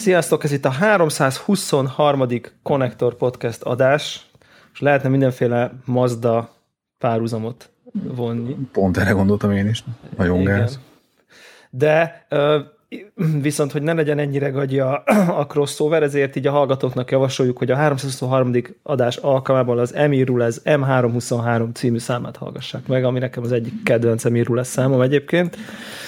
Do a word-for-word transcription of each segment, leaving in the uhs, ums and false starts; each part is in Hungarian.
Sziasztok, ez itt a háromszázhuszonharmadik Konnektor Podcast adás, és lehetne mindenféle Mazda párhuzamot vonni. Pont erre gondoltam én is, nagyon gáz. De viszont, hogy ne legyen ennyire gagya a crossover, ezért így a hallgatóknak javasoljuk, hogy a háromszázhuszonharmadik adás alkalmával az Emirulez em háromszázhuszonhárom című számát hallgassák meg, ami nekem az egyik kedvenc Emirulez számom egyébként.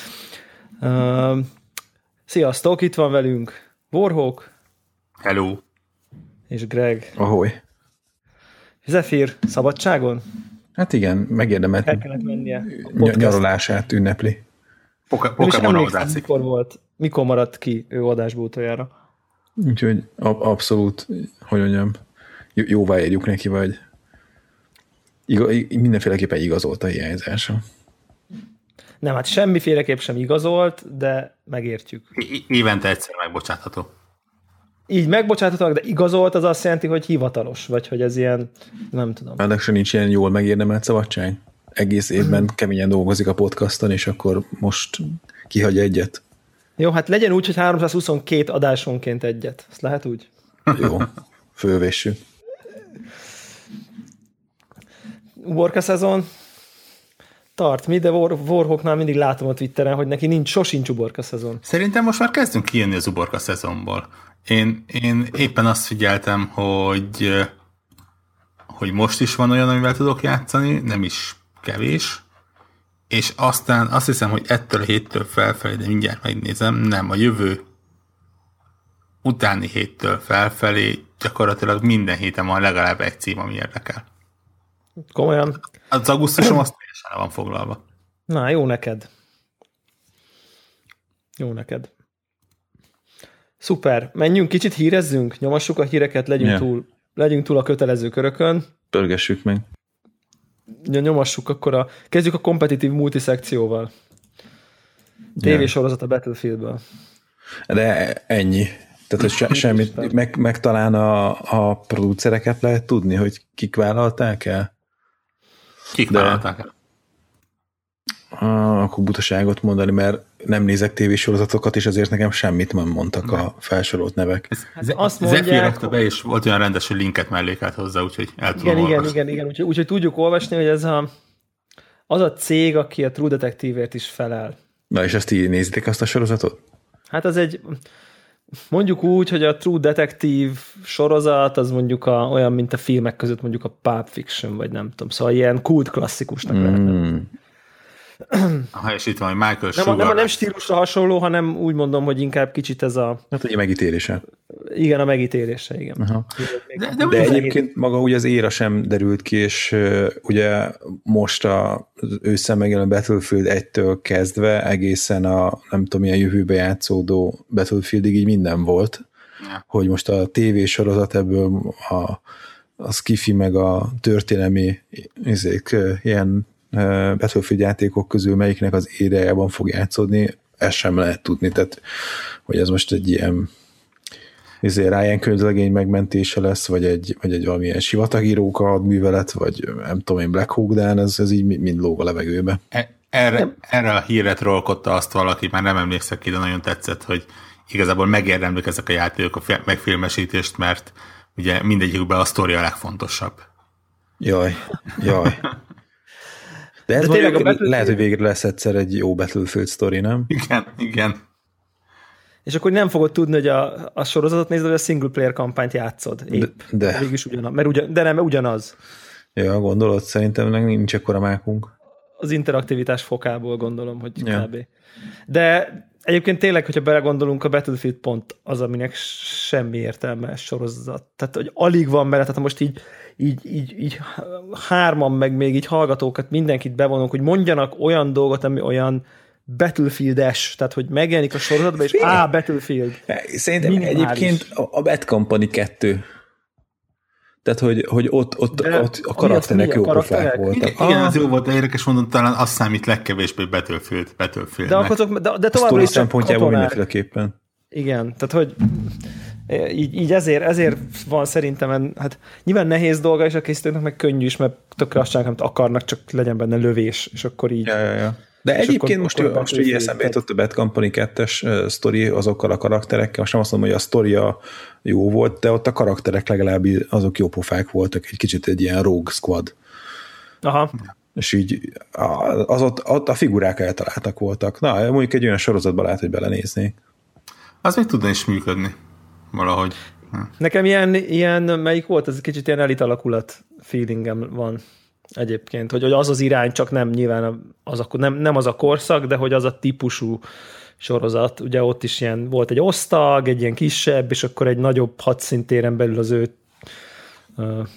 Sziasztok, itt van velünk Warhawk. Hello. És Greg. Ahoy. Zephyr szabadságon? Hát igen, megérdemelt El kellett mennie. ny- nyaralását ünnepli. Pokémonozászik. Mikor volt, mikor maradt ki ő adásba utoljára? Úgyhogy ab- abszolút, hogy mondjam, j- jóvá érjük neki, vagy iga- mindenféleképpen igazolt a hiányzása. Nem, hát semmiféleképp sem igazolt, de megértjük. É- évente egyszer megbocsátható. Így megbocsáthatóak, de igazolt az azt jelenti, hogy hivatalos, vagy hogy ez ilyen, nem tudom. Ráadásul nincs ilyen jól megérdemelt szabadság. Egész évben keményen dolgozik a podcaston, és akkor most kihagy egyet. Jó, hát legyen úgy, hogy háromszázhuszonkettő adásonként egyet. Ezt lehet úgy? Jó, fölvessük. Uborka szezon tart mi, de War- Warhawknál mindig látom a Twitteren, hogy neki nincs, sosincs uborka szezon. Szerintem most már kezdünk kijönni az uborka szezonból. Én, én éppen azt figyeltem, hogy, hogy most is van olyan, amivel tudok játszani, nem is kevés, és aztán azt hiszem, hogy ettől a héttől felfelé, de mindjárt megnézem, nem, a jövő utáni héttől felfelé gyakorlatilag minden héten van legalább egy cím, ami érdekel. Komolyan? Az augusztusom azt teljesen le van foglalva. Na, jó neked. Jó neked. Szuper. Menjünk, kicsit hírezzünk, nyomassuk a híreket, legyünk, Yeah. túl, legyünk túl a kötelező körökön. Pörgessük meg. Nyomassuk akkor a... Kezdjük a kompetitív multiszekcióval. Tévésorozat a Battlefieldből. De ennyi. Tehát, hogy se, semmit, meg, meg talán a, a producereket lehet tudni, hogy kik vállalták el? Kik De- vállalták el? Ah, akkor butaságot mondani, mert nem nézek tévésorozatokat, és azért nekem semmit nem mondtak a felsorolt nevek. Hát azt mondják, Zephyr rakta be, és volt olyan rendes, hogy linket mellékelt hozzá, úgyhogy el tudom Igen, igen, olvasni. igen, igen. Úgyhogy, úgyhogy tudjuk olvasni, hogy ez a, az a cég, aki a True Detective-ért is felel. Na, és ezt így nézitek azt a sorozatot? Hát az egy, mondjuk úgy, hogy a True Detective sorozat, az mondjuk a, olyan, mint a filmek között mondjuk a Pulp Fiction, vagy nem tudom, szóval ilyen kult klasszikusnak mm. lehetne. Aha, és itt van, hogy Michael Nem, Sugar. nem, nem stílusra hasonló, hanem úgy mondom, hogy inkább kicsit ez a... Hát ugye megítélése. Igen, a megítélése, igen. Aha. De, de, De egyébként maga ugye az éra sem derült ki, és uh, ugye most a ősszel megjelenő Battlefield egytől kezdve egészen a nem tudom milyen jövőbe játszódó Battlefieldig így minden volt, Ja. hogy most a tévésorozat ebből a, a skifi meg a történelmi izék, uh, ilyen uh, Battlefield játékok közül melyiknek az érájában fog játszódni, ezt sem lehet tudni, tehát hogy ez most egy ilyen ezért Ryan könyvlegény megmentése lesz, vagy egy, vagy egy valamilyen sivatagíróka hadművelet, vagy nem tudom én, Black Hawk Down, ez, ez így mind lóg a levegőbe. E- Erre, erre a hírre trollkodta azt valaki, már nem emlékszek ki, de nagyon tetszett, hogy igazából megérdemlik ezek a játékok a fi- megfilmesítést, mert ugye mindegyikükben a sztori a legfontosabb. Jaj, jaj. De ez De De tényleg mondjuk, a Battlefield- lehet, hogy végre lesz egyszer egy jó Battlefield sztori, nem? Igen, igen. És akkor nem fogod tudni, hogy a, a sorozatot nézed, vagy a single player kampányt játszod. Épp. De, de. Végülis ugyanaz. Mert ugyan, de nem, ugyanaz. Ja, gondolod, szerintem meg nincs ekkora mákunk. Az interaktivitás fokából gondolom, hogy Ja. kb. De egyébként tényleg, hogyha belegondolunk, a Battlefield pont az, aminek semmi értelme sorozat. Tehát, hogy alig van bele, tehát most így, így, így, így hárman, meg még így hallgatókat, mindenkit bevonunk, hogy mondjanak olyan dolgot, ami olyan Battlefield-es, tehát, hogy megjelenik a sorozatban, és á, Battlefield. Szerintem Minimális. egyébként a, a Bad Company kettő. Tehát, hogy, hogy ott, ott, De ott a mi karakterek az, mi jó a karakterek? pofák voltak. Igen, Ah, az jó volt, de érdekes mondom, talán azt számít legkevésbé Battlefield, Battlefield. De, akkor, de, de a továbbra sztori is csak szempontjából katonák. mindenféleképpen. Igen, tehát hogy így, így ezért, ezért van szerintem, hát nyilván nehéz dolga, és a készítőknek meg könnyű is, mert tökre azt csinálják, amit akarnak, csak legyen benne lövés, és akkor így Ja, ja, ja. De és egyébként akkor, most, akkor most ugye eszembe jutott a Bad Company kettes uh, sztori azokkal a karakterekkel, most nem azt mondom, hogy a sztoria jó volt, de ott a karakterek legalább azok jó pofák voltak, egy kicsit egy ilyen rogue squad. Aha. És így az ott, ott a figurák eltaláltak voltak. Na, mondjuk egy olyan sorozatban lehet, hogy belenéznék. Az még tudna is működni. Valahogy. Nekem ilyen, ilyen, melyik volt, ez kicsit ilyen elit alakulat feelingem van egyébként, hogy, hogy az az irány, csak nem nyilván az a, nem, nem az a korszak, de hogy az a típusú sorozat. Ugye ott is ilyen, volt egy osztag, egy ilyen kisebb, és akkor egy nagyobb hadszintéren belül az ő uh,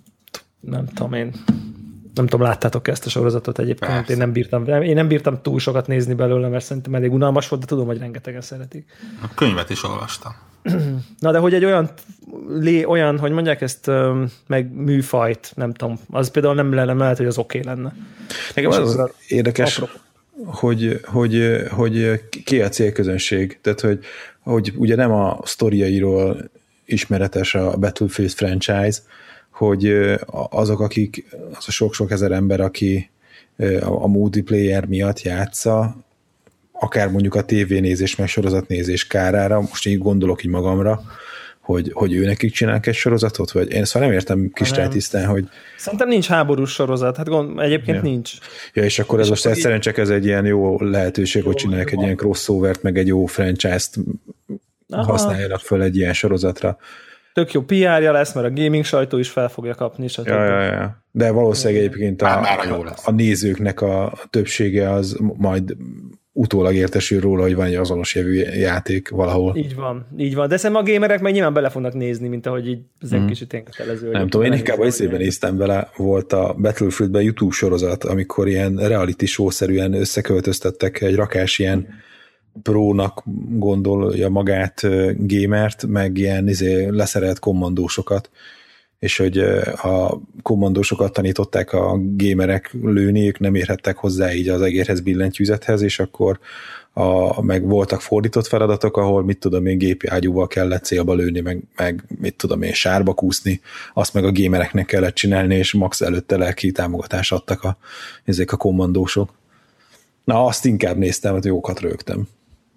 nem tudom én, nem tudom, láttátok ezt a sorozatot egyébként? Persze. Én nem bírtam, én nem bírtam túl sokat nézni belőle, mert szerintem elég unalmas volt, de tudom, hogy rengetegen szeretik. A könyvet is olvastam. Na, de hogy egy olyan, lé, olyan, hogy mondják ezt, meg műfajt, nem tudom, az például nem lenne, lehet, hogy az oké okay lenne. Nekem az, az érdekes, hogy, hogy, hogy ki a célközönség, tehát, hogy, hogy ugye nem a sztoriairól ismeretes a Battlefield franchise, hogy azok, akik, az a sok-sok ezer ember, aki a multiplayer miatt játsza, akár mondjuk a tévénézés, meg sorozatnézés kárára, most így gondolok így magamra, hogy, hogy ő nekik csinálnak egy sorozatot, vagy én szóval nem értem kristálytisztán, hogy... Szerintem nincs háborús sorozat, hát gond, egyébként ja. nincs. Ja, és akkor és ez most egyszerűen így... csak ez egy ilyen jó lehetőség, jó, hogy csinálják egy ilyen crossovert, meg egy jó franchise-t használjanak föl egy ilyen sorozatra. Tök jó pé er-ja lesz, mert a gaming sajtó is fel fogja kapni. Ja, ja, ja. De valószínűleg egyébként a, már, már a, a nézőknek a többsége az majd utólag értesül róla, hogy van egy azonos jövő játék valahol. Így van, így van. De szerintem a gamerek meg nyilván bele fognak nézni, mint ahogy így ez egy mm. kicsit ilyen kötelező. Nem tudom, én inkább észében néztem vele, volt a Battlefieldben YouTube sorozat, amikor ilyen reality show-szerűen összeköltöztettek egy rakás ilyen prónak gondolja magát gamert, meg ilyen izé, leszerelt kommandósokat, és hogy a kommandósokat tanították a gamerek lőni, ők nem érhettek hozzá így az egérhez, billentyűzethez, és akkor a, meg voltak fordított feladatok, ahol mit tudom én, gépi ágyúval kellett célba lőni, meg, meg mit tudom én, sárba kúszni, azt meg a gamereknek kellett csinálni, és max előtte lelki támogatást adtak a, ezek a kommandósok. Na, azt inkább néztem, hogy jókat rögtem.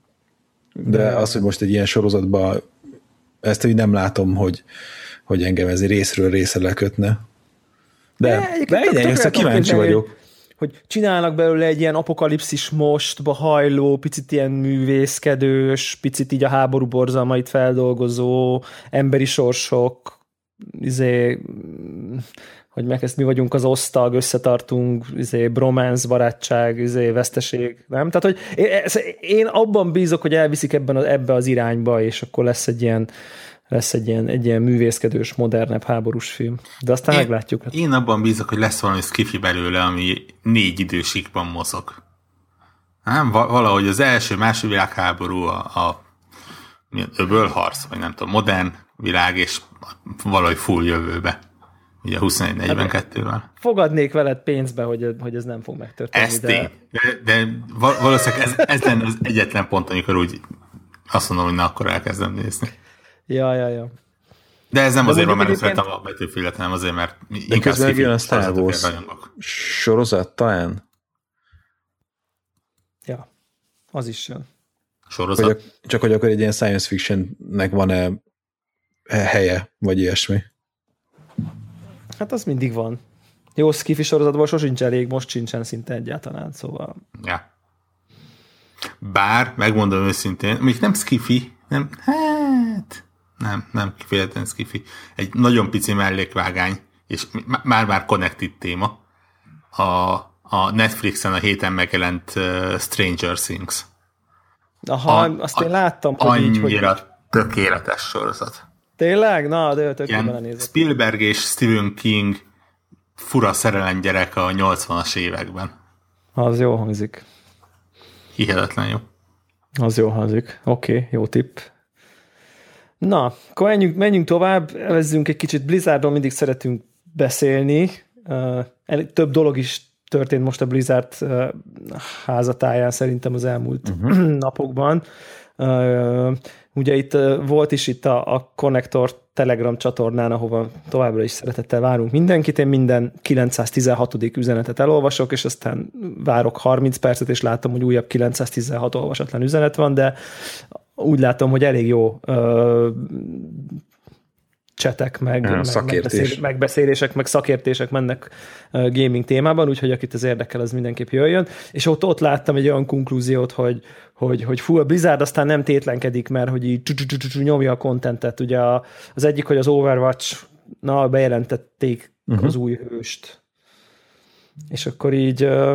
De az, hogy most egy ilyen sorozatban ezt így nem látom, hogy, hogy engem ez részről részre lekötne. De, de igen, össze kíváncsi vagyok. Hogy csinálnak belőle egy ilyen apokalipszis mostba hajló, picit ilyen művészkedős, picit így a háború borzalmait feldolgozó, emberi sorsok, izé, hogy meg ezt mi vagyunk az osztag, összetartunk, izé, bromance, barátság, izé, veszteség, nem? Tehát, hogy én, én abban bízok, hogy elviszik ebben a, ebbe az irányba, és akkor lesz egy ilyen, lesz egy ilyen, egy ilyen művészkedős, modernebb háborús film. De aztán én, meglátjuk. Én abban bízok, hogy lesz valami skifi belőle, ami négy időségben mozog. Nem? Valahogy az első, második világháború, a, a öbölharc, vagy nem tudom, modern világ, és valahogy full jövőbe. Ugye huszonegy negyvenkettővel. Fogadnék veled pénzbe, hogy, hogy ez nem fog megtörténni. Ez de... de, de valószínűleg ez, ez lenne az egyetlen pont, amikor úgy azt mondom, hogy na, akkor elkezdem nézni. Ja, ja, ja. De ez nem de azért van, mert szeretem a Battlefieldet, hanem azért, mert de közben jön a Star Wars sorozat talán? Ja, az is jön. Sorozat? Hogy a, csak hogy akkor egy ilyen science fictionnek van-e helye, vagy ilyesmi? Hát az mindig van. Jó skifi sorozatból sosincs elég, most sincsen szinte egyáltalán, szóval... Ja. Bár, megmondom őszintén, még nem skifi, nem, hát, nem, nem kifejezetten skifi. Egy nagyon pici mellékvágány, és már-már connected téma. A, a Netflixen a héten megjelent uh, Stranger Things. Aha, a, azt én láttam, hogy annyira így, hogy... tökéletes sorozat. Tényleg? Na, de tökéletesen belenézett. Spielberg és Stephen King fura szerelem gyerek a nyolcvanas években. Az jó hangzik. Hihetetlen jó. Az jó hangzik. Oké, okay, jó tipp. Na, akkor menjünk, menjünk tovább, evezzünk egy kicsit. Blizzardról mindig szeretünk beszélni. Uh, több dolog is történt most a Blizzard uh, házatáján szerintem az elmúlt uh-huh. napokban. Uh, ugye itt uh, volt is itt a, a Connector Telegram csatornán, ahova továbbra is szeretettel várunk mindenkit. Én minden kilencszáztizenhatodik üzenetet elolvasok, és aztán várok harminc percet, és látom, hogy újabb kilencszáztizenhat olvasatlan üzenet van, de úgy látom, hogy elég jó uh, csetek, meg, ja, meg megbeszél, megbeszélések, meg szakértések mennek uh, gaming témában, úgyhogy akit az érdekel, az mindenképp jöjjön. És ott, ott láttam egy olyan konklúziót, hogy, hogy, hogy fú, a Blizzard aztán nem tétlenkedik, mert hogy így nyomja a contentet. Ugye az egyik, hogy az Overwatch, na, bejelentették uh-huh. az új hőst. És akkor így uh,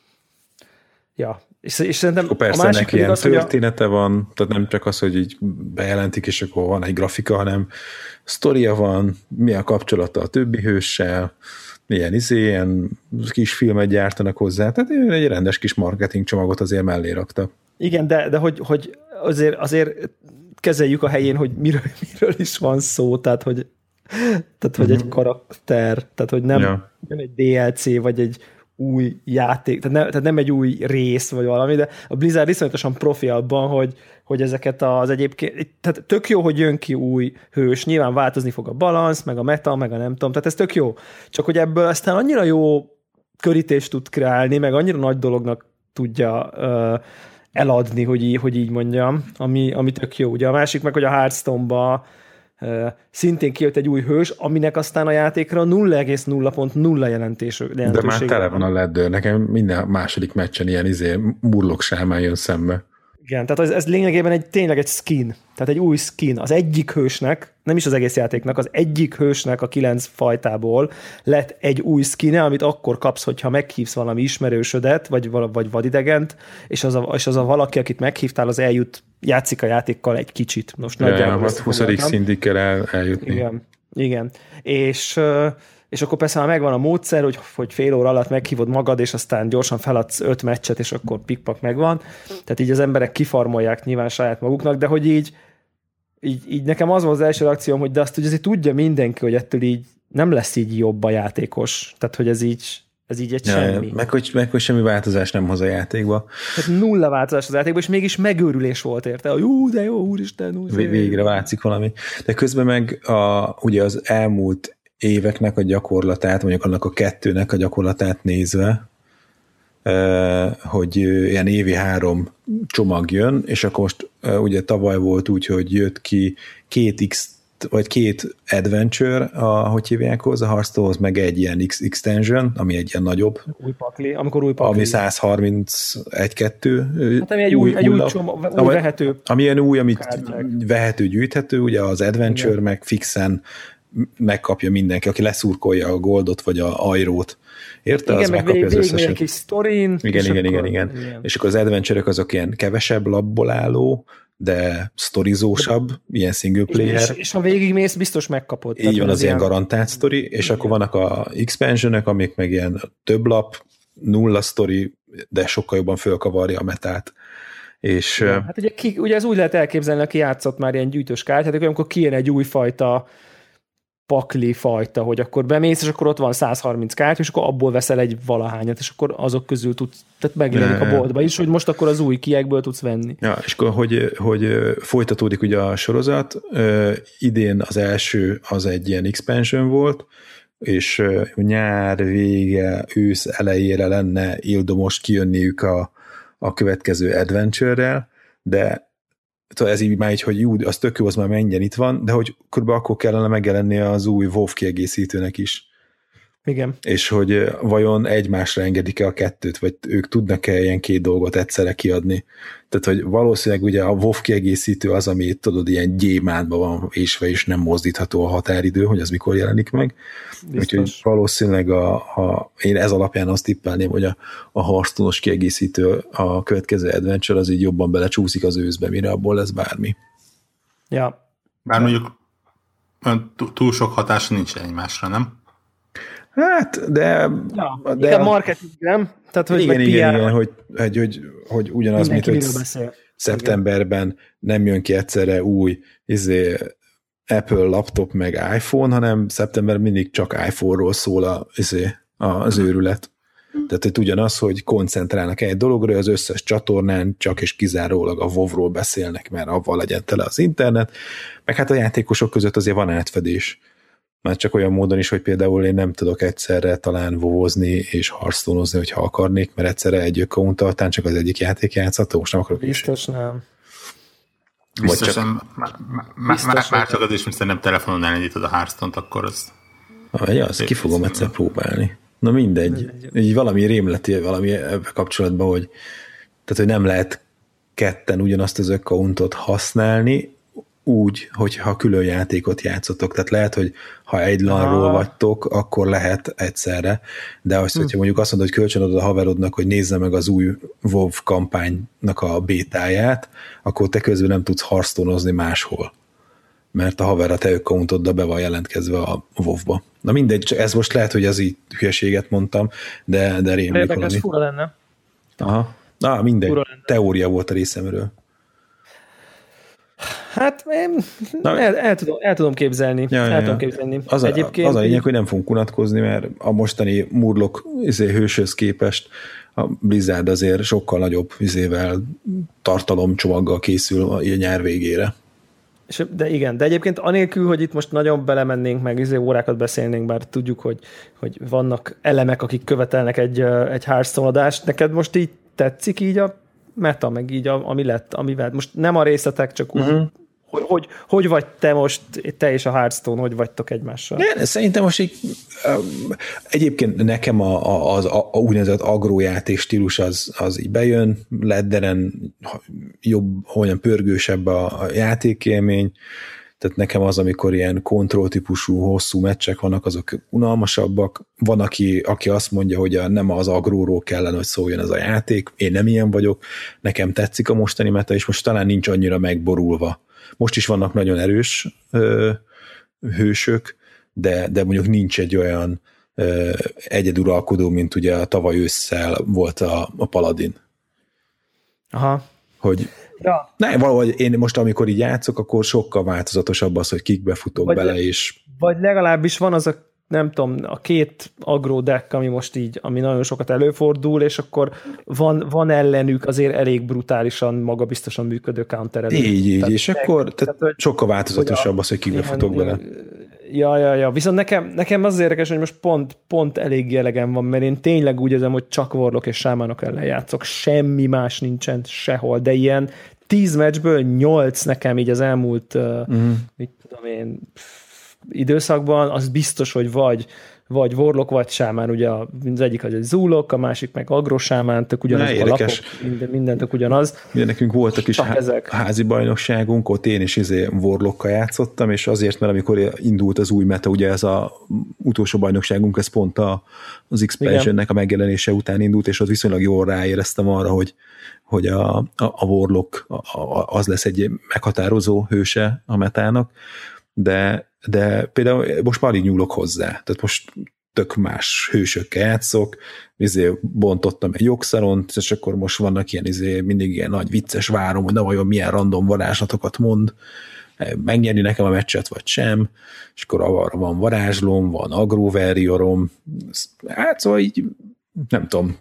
ja, És, és szerintem akkor persze a másik ilyen az, története a... van, tehát nem csak az, hogy így bejelentik, és akkor van egy grafika, hanem sztoria van, mi a kapcsolata a többi hőssel, milyen izé, ilyen kis filmet gyártanak hozzá, tehát egy rendes kis marketing csomagot azért mellé rakta. Igen, de, de hogy, hogy azért, azért kezeljük a helyén, hogy miről, miről is van szó, tehát hogy, tehát, hogy mm-hmm. egy karakter, tehát hogy nem, ja. nem egy dé el cé, vagy egy új játék, tehát nem, tehát nem egy új rész, vagy valami, de a Blizzard iszonyatosan profi abban, hogy, hogy ezeket az egyébként, tehát tök jó, hogy jön ki új hős, nyilván változni fog a balansz, meg a meta, meg a nem tudom, tehát ez tök jó. Csak hogy ebből aztán annyira jó körítést tud kreálni, meg annyira nagy dolognak tudja uh, eladni, hogy így, hogy így mondjam, ami, ami tök jó. Ugye a másik meg, hogy a Hearthstone-ba Uh, szintén kijött egy új hős, aminek aztán a játékra nulla egész nulla pont nulla jelentés, jelentősége. De már tele van a ledder, nekem minden második meccsen ilyen izé murlok sámán jön szembe. Igen, tehát ez, ez lényegében egy, tényleg egy skin, tehát egy új skin. Az egyik hősnek, nem is az egész játéknak, az egyik hősnek a kilenc fajtából lett egy új skine, amit akkor kapsz, hogyha meghívsz valami ismerősödet, vagy, vagy vadidegent, és az, a, és az a valaki, akit meghívtál, az eljut, játszik a játékkal egy kicsit. Most ja, nagyjából huszadik szintig kell el, eljutni. Igen, igen. És... és akkor persze már megvan a módszer, hogy, hogy fél óra alatt meghívod magad, és aztán gyorsan feladsz öt meccset, és akkor pikpak megvan. Tehát így az emberek kifarmolják nyilván saját maguknak, de hogy így, így, így nekem az volt az első reakcióm, hogy de azt ugye azért tudja mindenki, hogy ettől így nem lesz így jobb a játékos. Tehát, hogy ez így, ez így egy ja, semmi. Meg hogy, meg, hogy semmi változás nem hoz a játékba. Tehát nulla változás az játékban, és mégis megőrülés volt érte. Jó, de jó, úristen, úristen. Végre változik valami. De közben meg a, ugye az elmúlt éveknek a gyakorlatát, mondjuk annak a kettőnek a gyakorlatát nézve, hogy ilyen évi három csomag jön, és akkor most ugye tavaly volt úgy, hogy jött ki két X, vagy két adventure, a, hogy hívják hozzá, a Hearthstone-hoz, meg egy ilyen X extension, ami egy ilyen nagyobb. Új pakli, amikor új pakli. Ami száz harmincegy kettő. Hát ami egy új, új, egy új, csomag, új vehető. Ami ilyen új, amit kártyák. Vehető, gyűjthető, ugye az adventure, igen. Meg fixen megkapja mindenki, aki leszurkolja a goldot, vagy a ajrót. Érte? Igen, az meg megkapja az összeset. Egy kis sztorin. Igen, igen, igen, igen, igen. És akkor az adventure-ök azok ilyen kevesebb labból álló, de sztorizósabb, ilyen single player. És, és ha végigmész, biztos megkapod. Így van, az, az ilyen garantált sztori, és igen. Akkor vannak a expansionök, amik meg ilyen több lap, nulla sztori, de sokkal jobban fölkavarja a metát. És, ja, hát ugye, ki, ugye ez úgy lehet elképzelni, aki játszott már ilyen gyűjtős kártyát, amikor kijön egy újfajta pakli fajta, hogy akkor bemész, és akkor ott van száz harminc kártya, és akkor abból veszel egy valahányat, és akkor azok közül tudsz, tehát megjelenik a boltba is, hogy most akkor az új kiekből tudsz venni. Ja, és akkor, hogy, hogy folytatódik ugye a sorozat, idén az első az egy ilyen expansion volt, és nyár vége, ősz elejére lenne ildomos kijönniük a, a következő adventure-rel, de ez így már így, hogy jó, az tök jó, az már menjen itt van, de hogy kb. Akkor kellene megjelennie az új WoW kiegészítőnek is. Igen. És hogy vajon egymásra engedik-e a kettőt, vagy ők tudnak-e ilyen két dolgot egyszerre kiadni. Tehát, hogy valószínűleg ugye a WoW kiegészítő az, ami tudod, ilyen gyémántban van ésve, és nem mozdítható a határidő, hogy az mikor jelenik meg. Biztos. Úgyhogy valószínűleg a, a, én ez alapján azt tippelném, hogy a, a Hearthstone-os kiegészítő, a következő adventure az így jobban belecsúszik az őszbe, mire abból lesz bármi. Ja. Bár mondjuk túl sok hatása nincs egymásra, nem? Hát, de... Ja, de igen, marketing, nem? Tehát, hogy igen, igen, igen, hogy, hogy, hogy, hogy ugyanaz, mindenki mint hogy beszél. Szeptemberben igen. Nem jön ki egyszerre új izé, Apple laptop meg iPhone, hanem szeptember mindig csak iPhone-ról szól a, izé, az őrület. Tehát hogy ugyanaz, hogy koncentrálnak egy dologra, az összes csatornán csak és kizárólag a WoW-ról beszélnek, mert avval legyen tele az internet, meg hát a játékosok között azért van átfedés. Már csak olyan módon is, hogy például én nem tudok egyszerre talán WoW-ozni és Hearthstone-ozni, hogyha akarnék, mert egyszerre egy account-tal, talán csak az egyik játék játszható, most nem akarok is. Biztos nem. Biztos nem. Már csak az is, mint szerintem telefonon elindítod a Hearthstone-t, akkor az... Ah, ja, azt ki fogom egyszer próbálni. Na mindegy. Így valami rémleti, valami ebben kapcsolatban, hogy, tehát, hogy nem lehet ketten ugyanazt az accountot használni, úgy, hogyha külön játékot játszotok. Tehát lehet, hogy ha egy lanról vagytok, akkor lehet egyszerre, de azt, hogyha mondjuk azt mondod, hogy kölcsönadod a haverodnak, hogy nézze meg az új WoW kampánynak a bétáját, akkor te közben nem tudsz Hearthstone-ozni máshol. Mert a haver a te accountoddal be van jelentkezve a WoW-ba. Na mindegy, csak ez most lehet, hogy az így hülyeséget mondtam, de, de rémlik valami. Érdekes, fura lenne. Aha. Na, mindegy. Teória volt a részemről. Hát én el, el, tudom, el tudom képzelni. Ja, ja, el tudom ja. képzelni. Az a, Egyébként az a lényeg, hogy nem fogunk unatkozni, mert a mostani Murloc izé, hőshöz képest a Blizzard azért sokkal nagyobb izével, tartalomcsomaggal készül a nyár végére. És, de igen, de egyébként anélkül, hogy itt most nagyon belemennénk, meg izé órákat beszélnénk, bár tudjuk, hogy, hogy vannak elemek, akik követelnek egy, egy Hearthstone adást. Neked most így tetszik így a meta, meg így a, ami lett, amivel most nem a részletek, csak úgy, uh-huh. hogy, hogy, hogy vagy te most, te és a Hearthstone, hogy vagytok egymással? Ne, szerintem most így, egyébként nekem a, a, az a, a úgynevezett agrójáték stílus az, az így bejön, ledderen jobb, olyan pörgősebb a, a játékélmény, tehát nekem az, amikor ilyen kontrolltípusú, hosszú meccsek vannak, azok unalmasabbak. Van, aki, aki azt mondja, hogy a, nem az agróról kellene, hogy szóljon ez a játék. Én nem ilyen vagyok. Nekem tetszik a mostani meta, és most talán nincs annyira megborulva. Most is vannak nagyon erős ö, hősök, de, de mondjuk nincs egy olyan ö, egyeduralkodó, mint ugye a tavaly ősszel volt a, a Paladin. Aha. Hogy ja. Ne, valahogy én most, amikor így játszok, akkor sokkal változatosabb az, hogy kikbe futok vagy bele, le, és... Vagy legalábbis van az a, nem tudom, a két agro deck, ami most így, ami nagyon sokat előfordul, és akkor van, van ellenük azért elég brutálisan, magabiztosan működő counter. Így, így, és deck, akkor tehát, tehát sokkal változatosabb az, hogy kikbe futok bele. Ja, ja, ja. Viszont nekem, nekem az érdekes, hogy most pont, pont elég elegem van, mert én tényleg úgy érzem, hogy csak Warlock és sámánok ellen játszok. Semmi más nincsen sehol, de ilyen tíz meccsből nyolc nekem így az elmúlt uh-huh. mit tudom én, időszakban, az biztos, hogy vagy, vagy Warlock, vagy sámán, ugye az egyik az egy zúlok, a másik meg agrosámán, tök ugyanaz a lapok, minden, minden tök ugyanaz. Ugye nekünk voltak is há- házi bajnokságunk, ott én is izé Warlockkal játszottam, és azért, mert amikor indult az új meta, ugye ez az utolsó bajnokságunk, ez pont a, az expansionnek a megjelenése után indult, és ott viszonylag jól ráéreztem arra, hogy hogy a, a, a Warlock a, a, az lesz egy meghatározó hőse a metának, de, de például most már alig nyúlok hozzá. Tehát most tök más hősökkel játszok, izé bontottam egy jogszaront, és akkor most vannak ilyen, izé, mindig ilyen nagy vicces várom, hogy na vajon milyen random varázslatokat mond, megnyerni nekem a meccset, vagy sem, és akkor arra van varázslom, van agróveriorom, hát szóval így nem tudom,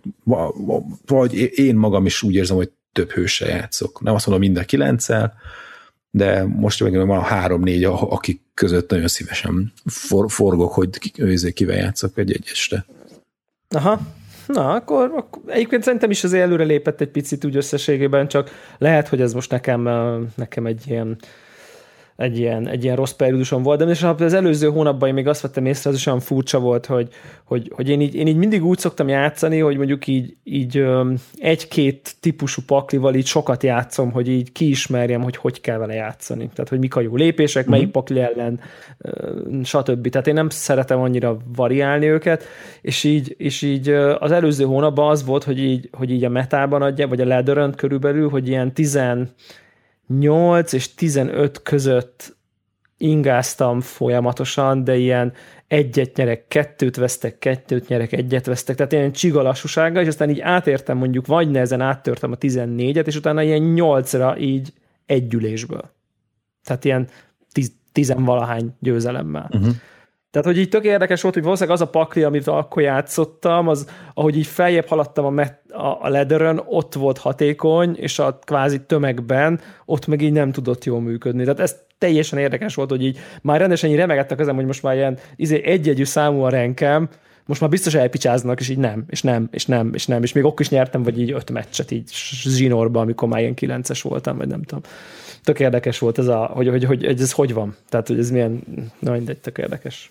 vagy én magam is úgy érzem, hogy több hőssel játszok. Nem azt mondom mind a kilenccel, de most meg van a három-négy, akik között nagyon szívesen for, forgok, hogy kivel játszok egy-egy este. Aha, na akkor, akkor egyébként szerintem is azért előre lépett egy picit úgy összességében, csak lehet, hogy ez most nekem, nekem egy ilyen Egy ilyen, egy ilyen rossz periódusom volt, de most az előző hónapban én még azt vettem észre, az is olyan furcsa volt, hogy, hogy, hogy én, így, én így mindig úgy szoktam játszani, hogy mondjuk így, így egy-két típusú paklival így sokat játszom, hogy így kiismerjem, hogy hogy kell vele játszani. Tehát, hogy mik a jó lépések, uh-huh. melyik pakli ellen, stb. Tehát én nem szeretem annyira variálni őket, és így, és így az előző hónapban az volt, hogy így, hogy így a metában adja, vagy a ladderön körülbelül, hogy ilyen tizennyolc és tizenöt között ingáztam folyamatosan, de ilyen egyet nyerek, kettőt vesztek, kettőt nyerek, egyet vesztek, tehát ilyen csigalassúsággal, és aztán így átértem mondjuk, vagy nehezen áttörtem a tizennégyet, és utána ilyen nyolcra így egy ülésből. Tehát ilyen tiz, tizenvalahány győzelemmel. Uh-huh. Tehát, hogy így tök érdekes volt, hogy valószínűleg az a pakli, amit akkor játszottam, az, ahogy így feljebb haladtam a, met, a, a ledderön, ott volt hatékony, és a kvázi tömegben ott meg így nem tudott jól működni. Tehát ez teljesen érdekes volt, hogy így már rendesen így remegettek ezen, hogy most már ilyen izé, egy-egyű számú a rankem, most már biztos elpicsáznak, és így nem, és nem, és nem, és nem, és még akkor is nyertem, vagy így öt meccset így zsinórba, amikor már ilyen kilences voltam, vagy nem tudom. Tök érdekes volt ez, a, hogy, hogy, hogy ez hogy van. Tehát, hogy ez milyen, na mindegy, tök érdekes.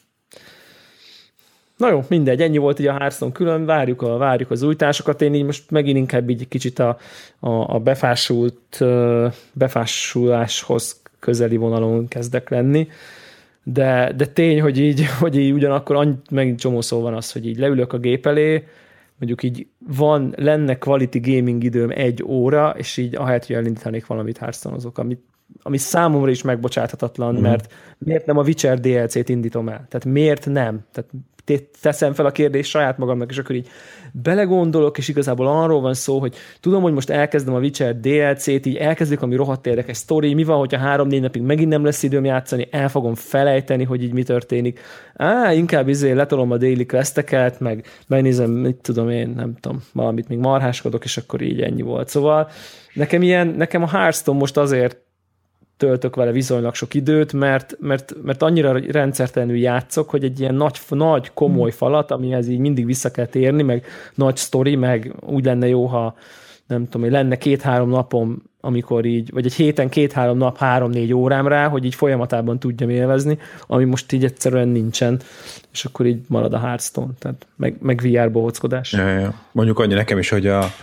Na jó, mindegy, ennyi volt így a Hearthstone külön, várjuk, a, várjuk az újításokat, én így most megint inkább így kicsit a, a, a befásult, befásuláshoz közeli vonalon kezdek lenni, de, de tény, hogy így, hogy így ugyanakkor annyi, megint csomó szó van az, hogy így leülök a gép elé, mondjuk így van, lenne quality gaming időm egy óra, és így ahelyett, hogy elindítanék valamit Hearthstone-ozok, amit ami számomra is megbocsáthatatlan, mm. mert miért nem a Witcher dé el cét indítom el? Tehát miért nem? Tehát teszem fel a kérdést saját magamnak, és akkor így belegondolok, és igazából arról van szó, hogy tudom, hogy most elkezdem a Witcher dé el cét, így elkezdik, ami rohadt érdekes sztori, mi van, hogyha három-négy napig megint nem lesz időm játszani, el fogom felejteni, hogy így mi történik. Á, inkább izé letolom a daily questeket, meg megnézem, mit tudom én, nem tudom, valamit még marháskodok, és akkor így ennyi volt. Szóval nekem ilyen, nekem a Hearthstone most azért töltök vele viszonylag sok időt, mert, mert, mert annyira rendszertelenül játszok, hogy egy ilyen nagy, nagy komoly falat, amihez így mindig vissza kell térni, meg nagy sztori, meg úgy lenne jó, ha nem tudom, hogy lenne két-három napom, amikor így, vagy egy héten két-három nap, három-négy órám rá, hogy így folyamatában tudjam élvezni, ami most így egyszerűen nincsen, és akkor így marad a Hearthstone, tehát meg, meg vé er bohóckodás. Ja, ja. Mondjuk annyi nekem is, hogy a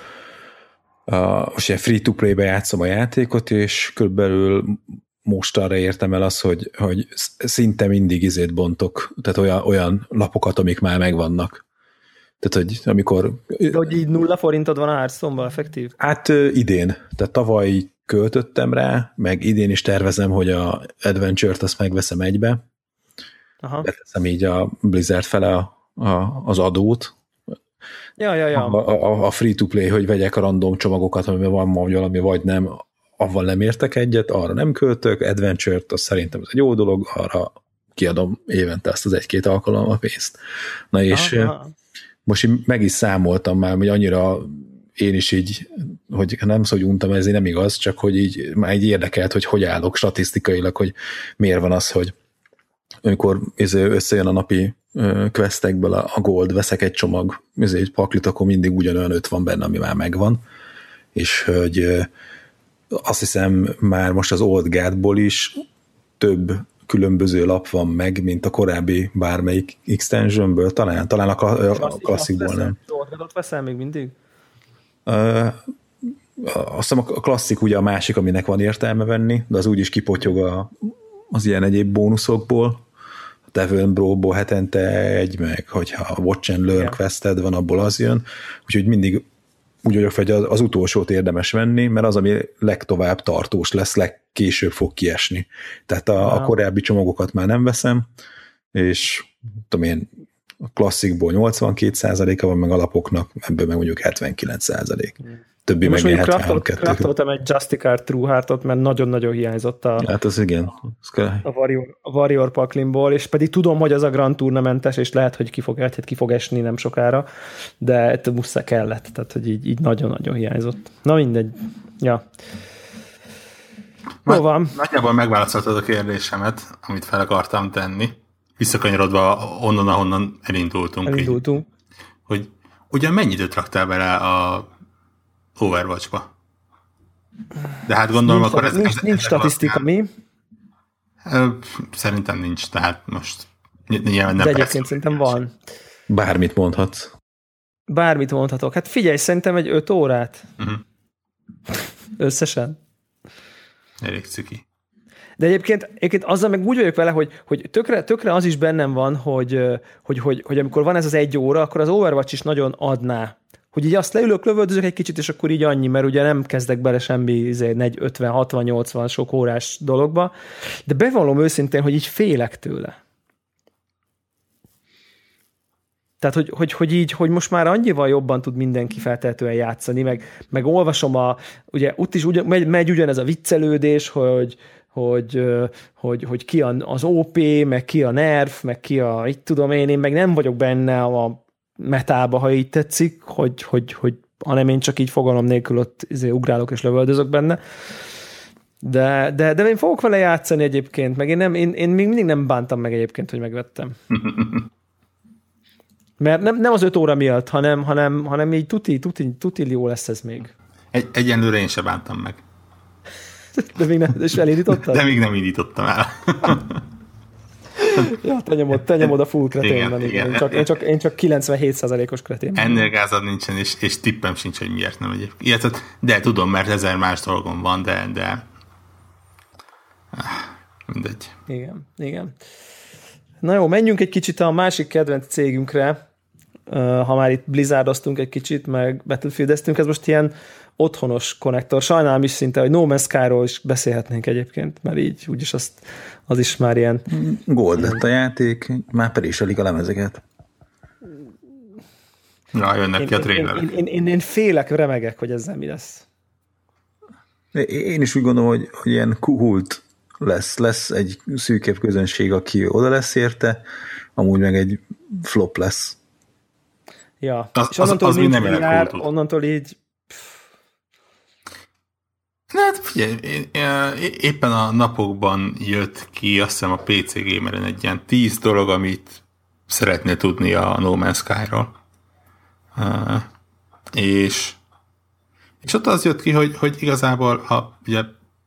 A, most ilyen free-to-play-be játszom a játékot, és körülbelül most arra értem el az, hogy, hogy szinte mindig izét bontok, tehát olyan, olyan lapokat, amik már megvannak. Tehát, hogy amikor... De hogy így nulla forintod van a Hearthstone-ban effektív? Hát idén. Tehát tavaly költöttem rá, meg idén is tervezem, hogy a Adventure-t azt megveszem egybe. Aha. Beteszem így a Blizzard fele a, a, az adót, Ja, ja, ja. A, a, a free-to-play, hogy vegyek a random csomagokat, amiben van majd valami, vagy nem, avval nem értek egyet, arra nem költök, Adventure-t, az szerintem ez egy jó dolog, arra kiadom évente ezt az egy-két alkalommal pénzt. Na és aha. Most így meg is számoltam már, hogy annyira én is így, hogy nem szó, hogy untam, ez nem igaz, csak hogy így már így érdekelt, hogy hogy állok statisztikailag, hogy miért van az, hogy amikor összejön a napi questekből a gold, veszek egy csomag egy paklit, akkor mindig ugyanolyan öt van benne, ami már megvan, és hogy azt hiszem már most az Old Guardból is több különböző lap van meg, mint a korábbi bármelyik extensionből, talán, talán a, a, a klasszikból nem. Old Guardot veszel még mindig? Uh, azt hiszem a klasszik ugye a másik, aminek van értelme venni, de az úgyis kipotyog a, az ilyen egyéb bónuszokból. Devon Bro-ból hetente egy, meg hogyha Watch and Learn yeah. quested van, abból az jön. Úgyhogy mindig úgy vagyok, hogy az, az utolsót érdemes venni, mert az, ami legtovább tartós lesz, legkésőbb fog kiesni. Tehát a, yeah. a korábbi csomagokat már nem veszem, és tudom én, a klasszikból nyolcvankét százaléka van, meg alapoknak, ebből meg mondjuk hetvenkilenc százalék. Többi meg ilyen hetvenhárom kettő. Craftoltam egy Justicar True Heartot, mert nagyon-nagyon hiányzott a, hát az igen. a, Warrior, a Warrior paklimból, és pedig tudom, hogy az a Grand Tournamentes, és lehet, hogy ki fog, lehet, ki fog esni nem sokára, de muszáj kellett, tehát hogy így, így nagyon-nagyon hiányzott. Na mindegy. Ja. Jó van. Nagyjából megválaszoltad a kérdésemet, amit fel akartam tenni, visszakanyarodva onnan, ahonnan elindultunk. Elindultunk. Így, hogy ugyan mennyi időt raktál bele a Overwatch-ba? De hát gondolom, nincs, akkor ez... Nincs, ez, nincs ez statisztika, mi? Szerintem nincs, tehát most nyilván nem. De egyébként szerintem van. Bármit mondhatsz. Bármit mondhatok. Hát figyelj, szerintem egy öt órát. Uh-huh. Összesen. Elég ciki. De egyébként, egyébként azzal meg úgy vagyok vele, hogy, hogy tökre, tökre az is bennem van, hogy, hogy, hogy, hogy amikor van ez az egy óra, akkor az Overwatch is nagyon adná. Hogy így azt leülök, lövöldözök egy kicsit, és akkor így annyi, mert ugye nem kezdek bele semmi ötven, hatvan, nyolcvan sok órás dologba, de bevallom őszintén, hogy így félek tőle. Tehát, hogy, hogy, hogy így, hogy most már annyival jobban tud mindenki feltehetően játszani, meg, meg olvasom a, ugye ott is ugyan, megy, megy ugyanez a viccelődés, hogy, hogy, hogy, hogy ki az ó pé, meg ki a nerf, meg ki a, így tudom én, én meg nem vagyok benne a metába, ha így tetszik, hogy, hogy, hogy hanem én csak így fogalom nélkül ott izé, ugrálok és lövöldözök benne. De, de, de én fogok vele játszani egyébként, meg én, nem, én, én még mindig nem bántam meg egyébként, hogy megvettem. Mert nem, nem az öt óra miatt, hanem, hanem, hanem így tuti, tuti, tuti jó lesz ez még. Egy, egyenlőre én se bántam meg. De még nem, és elindítottad? De még nem indítottam el. Ja, te nyomod, te nyomod a full kreténben. Igen, igen. Én, csak, én, csak, én csak kilencvenhét százalékos kretén. Ennél gázad nincsen, és, és tippem sincs, hogy miért nem egyébként. Ilyet, de tudom, mert ezer más dolgom van, de, de... mindegy. Igen, igen. Na jó, menjünk egy kicsit a másik kedvenc cégünkre, ha már itt blizzardoztunk egy kicsit, meg Battlefieldeztünk, ez most ilyen otthonos konnektor. Sajnálom is szinte, hogy No Man's Sky-ról is beszélhetnénk egyébként, mert így úgyis azt, az is már ilyen... Gold lett a játék, már periselik a lemezeket. Na, jönnek én, ki a trailerek. Én, én, én, én félek, remegek, hogy ezzel mi lesz. Én is úgy gondolom, hogy, hogy ilyen kult lesz. Lesz egy szűkebb közönség, aki oda lesz érte, amúgy meg egy flop lesz. Ja, az, és onnantól, az, az nincs nem jár, onnantól így... Hát figyelj, éppen a napokban jött ki, azt hiszem a pé cé Gameren egy ilyen tíz dolog, amit szeretnél tudni a No Man's Sky-ról. Uh, és, és ott az jött ki, hogy, hogy igazából a, ugye,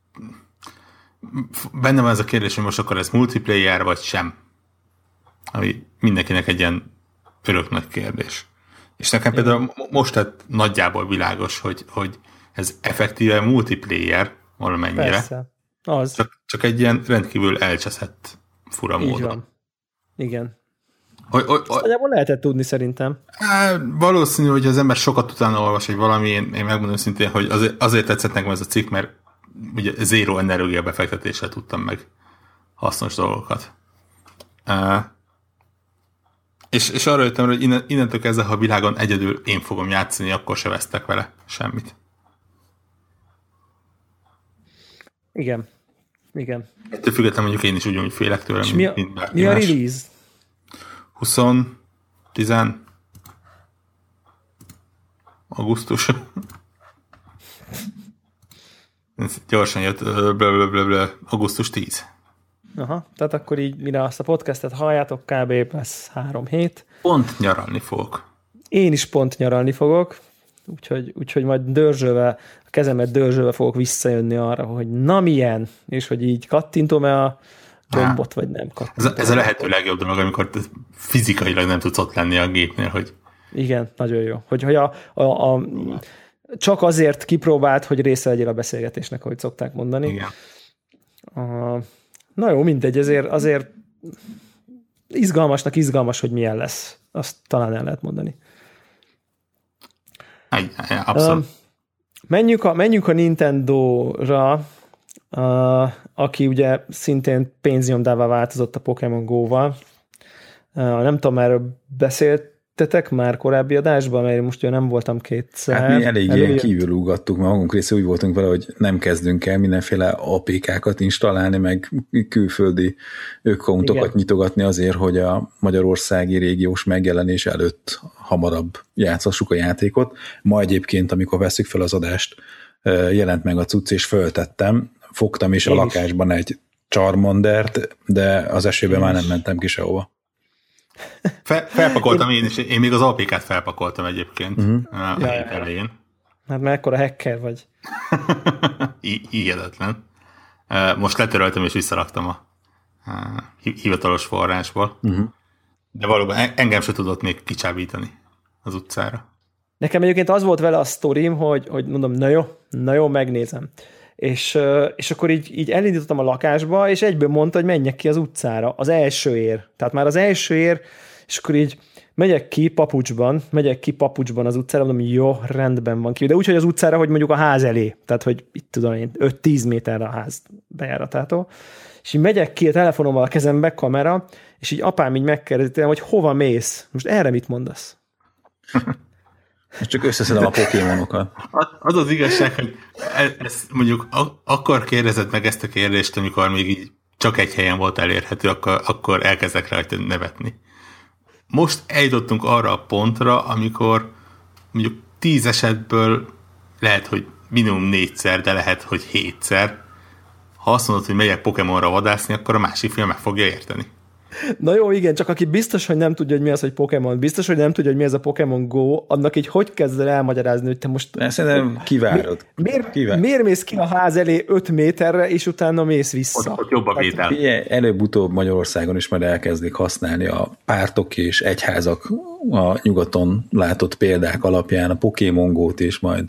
benne van ez a kérdés, hogy most akkor ez multiplayer vagy sem. Ami mindenkinek egy ilyen örök nagy kérdés. És nekem igen. Például most lett nagyjából világos, hogy, hogy ez effektíve multiplayer valamennyire. Persze. Az. Csak, csak egy ilyen rendkívül elcseszett fura így módon. Van. Igen. Hogy, hogy, Ezt nagyjából lehetett tudni szerintem. Á, valószínű, hogy az ember sokat utána olvas egy valami, én, én megmondom szintén, hogy azért, azért tetszett nekem ez a cikk, mert ugye zéró energia befektetéssel tudtam meg hasznos dolgokat. Uh, és, és arra jöttem, hogy innen, innentől kezdve, ha a világon egyedül én fogom játszani, akkor se vesztek vele semmit. Igen. Igen. Ettől függetlenül mondjuk én is ugyanúgy félek tőle, és mint, mi a, mint bárki mi a más. release? húsz, tíz augusztus. Gyorsan jött, blablabla, augusztus tíz. Aha, tehát akkor így, mire azt a podcastet halljátok, kb. Lesz három hét. Pont nyaralni fogok. Én is pont nyaralni fogok, úgyhogy, úgyhogy majd dörzsölve, a kezemet dörzsölve fogok visszajönni arra, hogy na milyen, és hogy így kattintom-e a gombot, vagy nem kattintom. Ez, ez a lehető legjobb dolog, amikor fizikailag nem tudsz ott lenni a gépnél, hogy... Igen, nagyon jó. Hogy, hogy a, a, a, csak azért kipróbált, hogy része legyél a beszélgetésnek, ahogy szokták mondani. Igen. A, na jó, mindegy, azért, azért izgalmasnak izgalmas, hogy milyen lesz. Azt talán el lehet mondani. Abszolút. Uh, menjünk, a, menjünk a Nintendo-ra, uh, aki ugye szintén pénznyomdává változott a Pokémon Go-val. Uh, nem tudom, erről beszéltetek már korábbi adásban, mert most ugye nem voltam kétszer. Hát mi elég ilyen kívülúgattuk, mert magunk része úgy voltunk vele, hogy nem kezdünk el mindenféle á pé ká-kat installálni, meg külföldi accountokat nyitogatni azért, hogy a magyarországi régiós megjelenés előtt hamarabb játszhassuk a játékot. Ma egyébként, amikor veszük fel az adást, jelent meg a cucc, és föltettem, fogtam is én a lakásban is. Egy Charmandert, de az esőben én már nem is. Mentem ki sehova. Fel, felpakoltam én is, én még az á pé ká-t felpakoltam egyébként uh-huh. a ja, hét elején. Hát mekkora hacker vagy. I- hihetetlen. Most letöröltem és visszaraktam a hivatalos forrásból. Uh-huh. De valóban engem se tudott még kicsábítani az utcára. Nekem egyébként az volt vele a sztorim, hogy, hogy mondom, na jó, na jó, megnézem. És, és akkor így, így elindítottam a lakásba, és egyből mondta, hogy menjek ki az utcára, az első ér. Tehát már az első ér, és akkor így megyek ki papucsban, megyek ki papucsban az utcára, mondom, jó, rendben van ki. De úgy, hogy az utcára, hogy mondjuk a ház elé. Tehát, hogy itt tudom én, öt-tíz méterre a ház bejáratától. És így megyek ki a telefonommal a kezembe, kamera, és így apám így megkérdezi, hogy hova mész? Most erre mit mondasz? Most csak összeszedem a pokémonokat. Az az igazság, hogy ez mondjuk akkor kérdezed meg ezt a kérdést, amikor még így csak egy helyen volt elérhető, akkor, akkor elkezdek rajta nevetni. Most eljutottunk arra a pontra, amikor mondjuk tíz esetből lehet, hogy minimum négyszer, de lehet, hogy hétszer. Ha azt mondod, hogy megyek Pokémonra vadászni, akkor a másik fél meg fogja érteni. Na jó, igen, csak aki biztos, hogy nem tudja, hogy mi az, hogy Pokémon, biztos, hogy nem tudja, hogy mi ez a Pokémon Go, annak így hogy kezd el elmagyarázni, hogy te most... Ezt szerintem kivárod. Mi, miért, Kivár. miért mész ki a ház elé öt méterre, és utána mész vissza? Ott, ott jobb a vétel. Hát, előbb-utóbb Magyarországon is majd elkezdik használni a pártok és egyházak a nyugaton látott példák alapján a Pokémon Go-t, és majd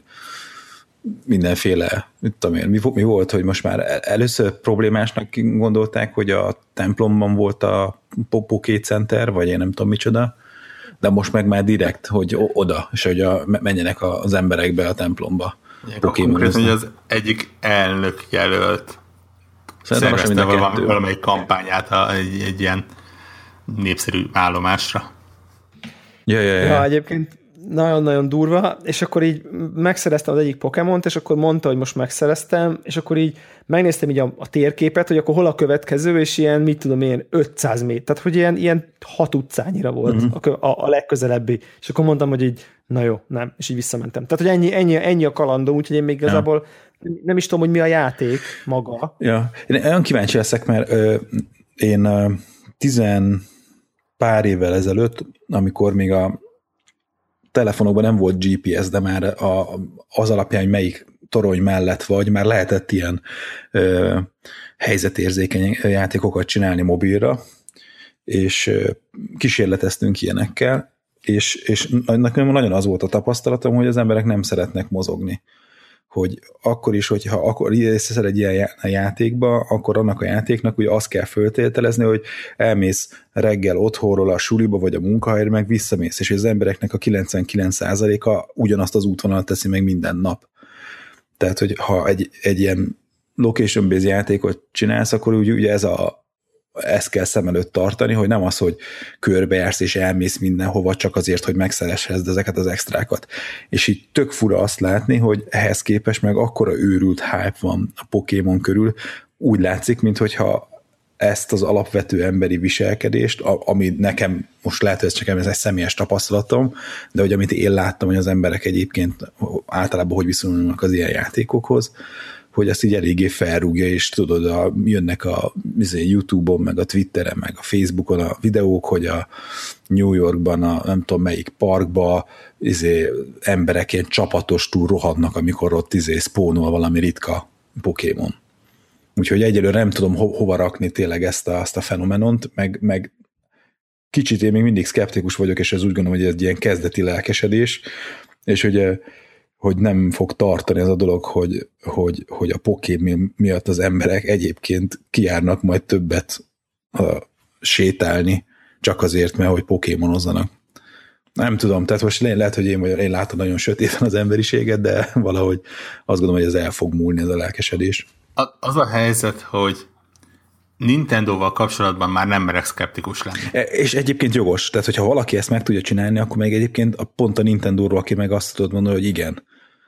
mindenféle, mit tudom én, mi, mi volt, hogy most már először problémásnak gondolták, hogy a templomban volt a Poké Center, vagy én nem tudom micsoda, de most meg már direkt, hogy oda, és hogy a, menjenek az emberek be a templomba. Konkrétan, hogy az egyik elnök jelölt szervezte valami, valamelyik kampányát a, egy, egy ilyen népszerű állomásra. Ja, ja, ja. ja egyébként nagyon-nagyon durva, és akkor így megszereztem az egyik Pokémont, és akkor mondta, hogy most megszereztem, és akkor így megnéztem így a, a térképet, hogy akkor hol a következő, és ilyen, mit tudom én, ötszáz méter, tehát hogy ilyen, ilyen hat utcányira volt uh-huh. a, a legközelebbi, és akkor mondtam, hogy így, na jó, nem, és így visszamentem. Tehát, hogy ennyi, ennyi, ennyi a kalandom, úgyhogy én még igazából ja. nem is tudom, hogy mi a játék maga. Ja, én olyan kíváncsi leszek, mert ö, én ö, tizen pár évvel ezelőtt, amikor még a telefonokban nem volt gé pé es, de már a, az alapján, hogy melyik torony mellett vagy, már lehetett ilyen ö, helyzetérzékeny játékokat csinálni mobilra, és ö, kísérleteztünk ilyenekkel, és, és nekem nagyon az volt a tapasztalatom, hogy az emberek nem szeretnek mozogni. Hogy akkor is, hogyha akkor részeszel egy ilyen játékba, akkor annak a játéknak ugye azt kell föltételezni, hogy elmész reggel otthonról a suliba, vagy a munkahelyre, meg visszamész, és az embereknek a kilencvenkilenc százaléka ugyanazt az útvonalat teszi meg minden nap. Tehát, hogy ha egy, egy ilyen location-based játékot csinálsz, akkor ugye, ugye ez a ezt kell szem előtt tartani, hogy nem az, hogy körbejársz és elmész mindenhova csak azért, hogy megszereshezd ezeket az extrákat. És így tök fura azt látni, hogy ehhez képest meg akkora őrült hype van a Pokémon körül, úgy látszik, minthogyha ezt az alapvető emberi viselkedést, ami nekem, most lehet, hogy ez csak ez egy személyes tapasztalatom, de hogy amit én láttam, hogy az emberek egyébként általában hogy viszonyulnak az ilyen játékokhoz, hogy ezt így eléggé felrúgja, és tudod, a, jönnek a YouTube-on, meg a Twitteren, meg a Facebookon a videók, hogy a New Yorkban, a nem tudom melyik parkba izé, emberek ilyen csapatostul rohadnak, amikor ott izé spónol valami ritka Pokémon. Úgyhogy egyelőre nem tudom ho- hova rakni tényleg ezt a, ezt a fenomenont, meg, meg kicsit én még mindig szkeptikus vagyok, és ez úgy gondolom, hogy ez egy ilyen kezdeti lelkesedés, és ugye hogy nem fog tartani ez a dolog, hogy, hogy, hogy a Pokémon miatt az emberek egyébként kijárnak majd többet uh, sétálni, csak azért, mert hogy pokémonozzanak. Nem tudom, tehát most lehet, hogy én, én látom nagyon sötéten az emberiséget, de valahogy azt gondolom, hogy ez el fog múlni, ez a lelkesedés. Az a helyzet, hogy Nintendóval kapcsolatban már nem merek szkeptikus lenni. És egyébként jogos, tehát hogyha valaki ezt meg tudja csinálni, akkor meg egyébként a, pont a Nintendóról, aki meg azt tudod mondani, hogy igen,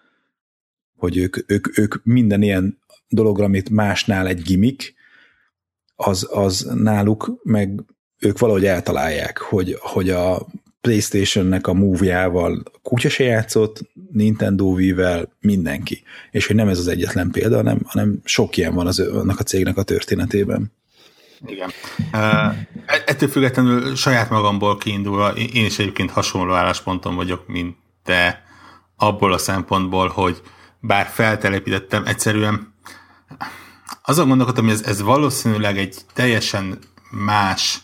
hogy ők, ők, ők minden ilyen dologra, amit másnál egy gimmick, az, az náluk meg ők valahogy eltalálják, hogy, hogy a PlayStation-nek a Move-jával kutya se játszott, Nintendo Wii-vel mindenki. És hogy nem ez az egyetlen példa, hanem, hanem sok ilyen van az, annak a cégnek a történetében. Igen. Uh, ettől függetlenül saját magamból kiindulva, én is egyébként hasonló állásponton vagyok, mint te, abból a szempontból, hogy bár feltelepítettem, egyszerűen azon gondolkodtam, hogy ez, ez valószínűleg egy teljesen más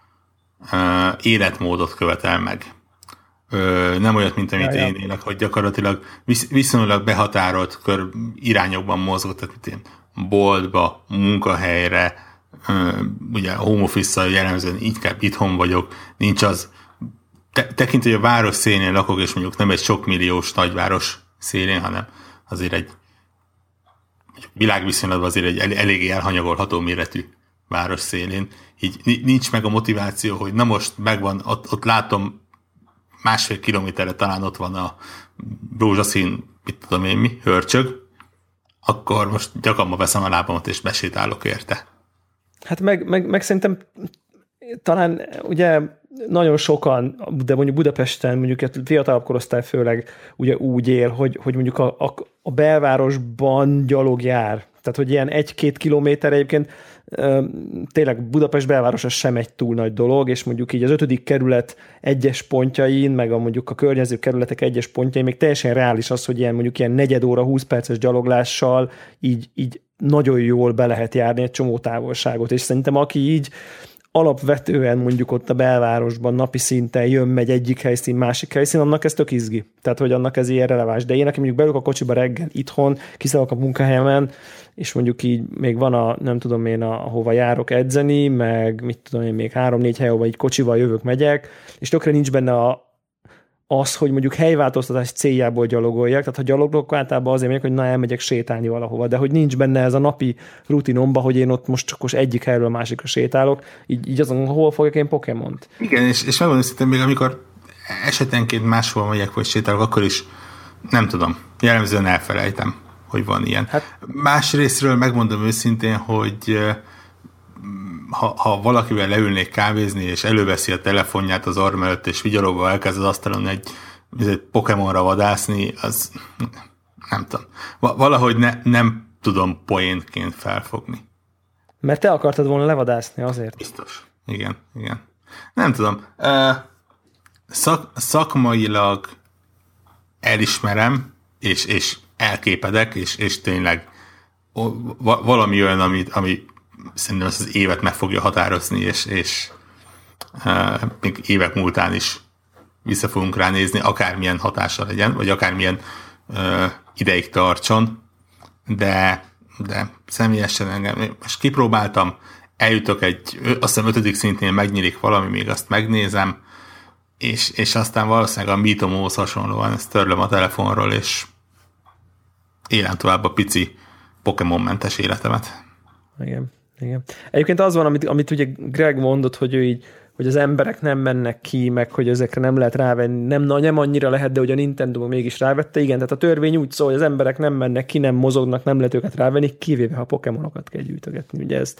uh, életmódot követel meg. Uh, nem olyat, mint amit ja, én élek, hogy gyakorlatilag visz, viszonylag behatárolt kör irányokban mozgott, tehát én boltba, munkahelyre, uh, ugye a home office-szal jellemzően inkább itthon vagyok, nincs az, te, tekintve, hogy a város szélén lakok, és mondjuk nem egy sok milliós nagyváros szélén, hanem azért egy világviszonylatban azért egy el, eléggé elhanyagolható méretű város szélén. Így nincs meg a motiváció, hogy na most megvan, ott, ott látom másfél kilométerre talán ott van a rózsaszín, mit tudom én mi, hörcsög, akkor most gyakorban veszem a lábamat, és besétálok érte. Hát meg, meg, meg szerintem talán ugye nagyon sokan, de mondjuk Budapesten mondjuk a fiatalabb korosztály főleg ugye úgy él, hogy, hogy mondjuk a, a, a belvárosban gyalog jár. Tehát, hogy ilyen egy-két kilométer egyébként tényleg Budapest belvárosa sem egy túl nagy dolog, és mondjuk így az ötödik kerület egyes pontjain, meg a mondjuk a környező kerületek egyes pontjain még teljesen reális az, hogy ilyen mondjuk ilyen negyed óra, húsz perces gyaloglással így, így nagyon jól be lehet járni egy csomó távolságot, és szerintem aki így alapvetően mondjuk ott a belvárosban napi szinten jön, megy egyik helyszín, másik helyszín, annak ez tök izgi. Tehát, hogy annak ez ilyen releváns. De én, aki mondjuk beülök a kocsiba reggel itthon, kiszállok a munkahelyemen, és mondjuk így még van a, nem tudom én, ahova járok edzeni, meg mit tudom én, még három-négy hely, ahova így kocsival jövök, megyek, és tökre nincs benne a az, hogy mondjuk helyváltoztatás céljából gyalogoljak, tehát ha gyalogolok, általában azért megyek, hogy na, elmegyek sétálni valahova, de hogy nincs benne ez a napi rutinomba, hogy én ott most csak most egyik helyről a másikra sétálok, így, így azon, hol fogjak én Pokémont. Igen, és, és megmondom szintén még, amikor esetenként máshol megyek, vagy sétálok, akkor is nem tudom, jellemzően elfelejtem, hogy van ilyen. Hát, másrésztről megmondom őszintén, hogy Ha, ha valakivel leülnék kávézni, és előveszi a telefonját az arm előtt, és vigyorogva elkezd az asztalon egy, egy Pokémonra vadászni, az nem tudom. Valahogy ne, nem tudom poénként felfogni. Mert te akartad volna levadászni azért. Biztos. Igen, igen. Nem tudom. Szak, szakmailag elismerem, és, és elképedek, és, és tényleg valami olyan, ami, ami szerintem ezt az évet meg fogja határozni, és, és uh, még évek múltán is vissza fogunk ránézni, akármilyen hatása legyen, vagy akármilyen uh, ideig tartson, de, de személyesen engem, most kipróbáltam, eljutok egy, azt hiszem ötödik szintén megnyílik valami, még azt megnézem, és, és aztán valószínűleg a Mitomóhoz hasonlóan ezt törlöm a telefonról, és élem tovább a pici Pokémon-mentes életemet. Igen. Igen. Egyébként az van, amit, amit ugye Greg mondott, hogy ő így, hogy az emberek nem mennek ki, meg hogy ezekre nem lehet rávenni, nem, nem annyira lehet, de hogy a Nintendo mégis rávette. Igen, tehát a törvény úgy szól, hogy az emberek nem mennek ki, nem mozognak, nem lehet őket rávenni, kivéve ha Pokémonokat kell gyűjtögetni. Ugye ezt...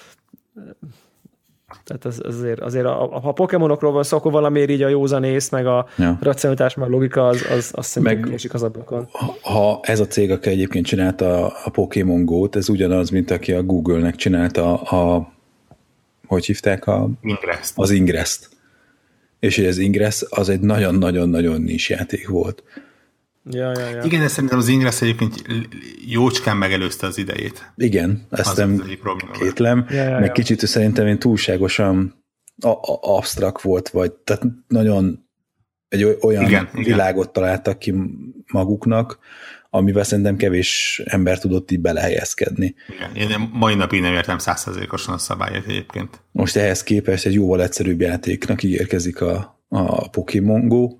Tehát az, azért, azért a, ha a Pokémonokról van szó, akkor valamiért így a józanész, meg a ja. racionalitás, meg a logika, az, az, az szerintem kiesik az ablakon. Ha ez a cég, aki egyébként csinálta a Pokémon Go-t, ez ugyanaz, mint aki a Google-nek csinálta a, hogy hívták? A, Ingress-t. Az Ingress-t. És hogy az Ingress az egy nagyon-nagyon-nagyon nis játék volt. Ja, ja, ja. Igen, de szerintem az Ingress egyébként jócskán megelőzte az idejét. Igen, ezt nem kétlem. Ja, ja, meg ja. Kicsit szerintem én túlságosan absztrakt volt, vagy tehát nagyon egy olyan igen, világot igen. találtak ki maguknak, amivel szerintem kevés ember tudott így belehelyezkedni. Igen, én mai napig nem értem száz százalékosan a szabályát egyébként. Most ehhez képest egy jóval egyszerűbb játéknak ígérkezik a, a Pokémon Go,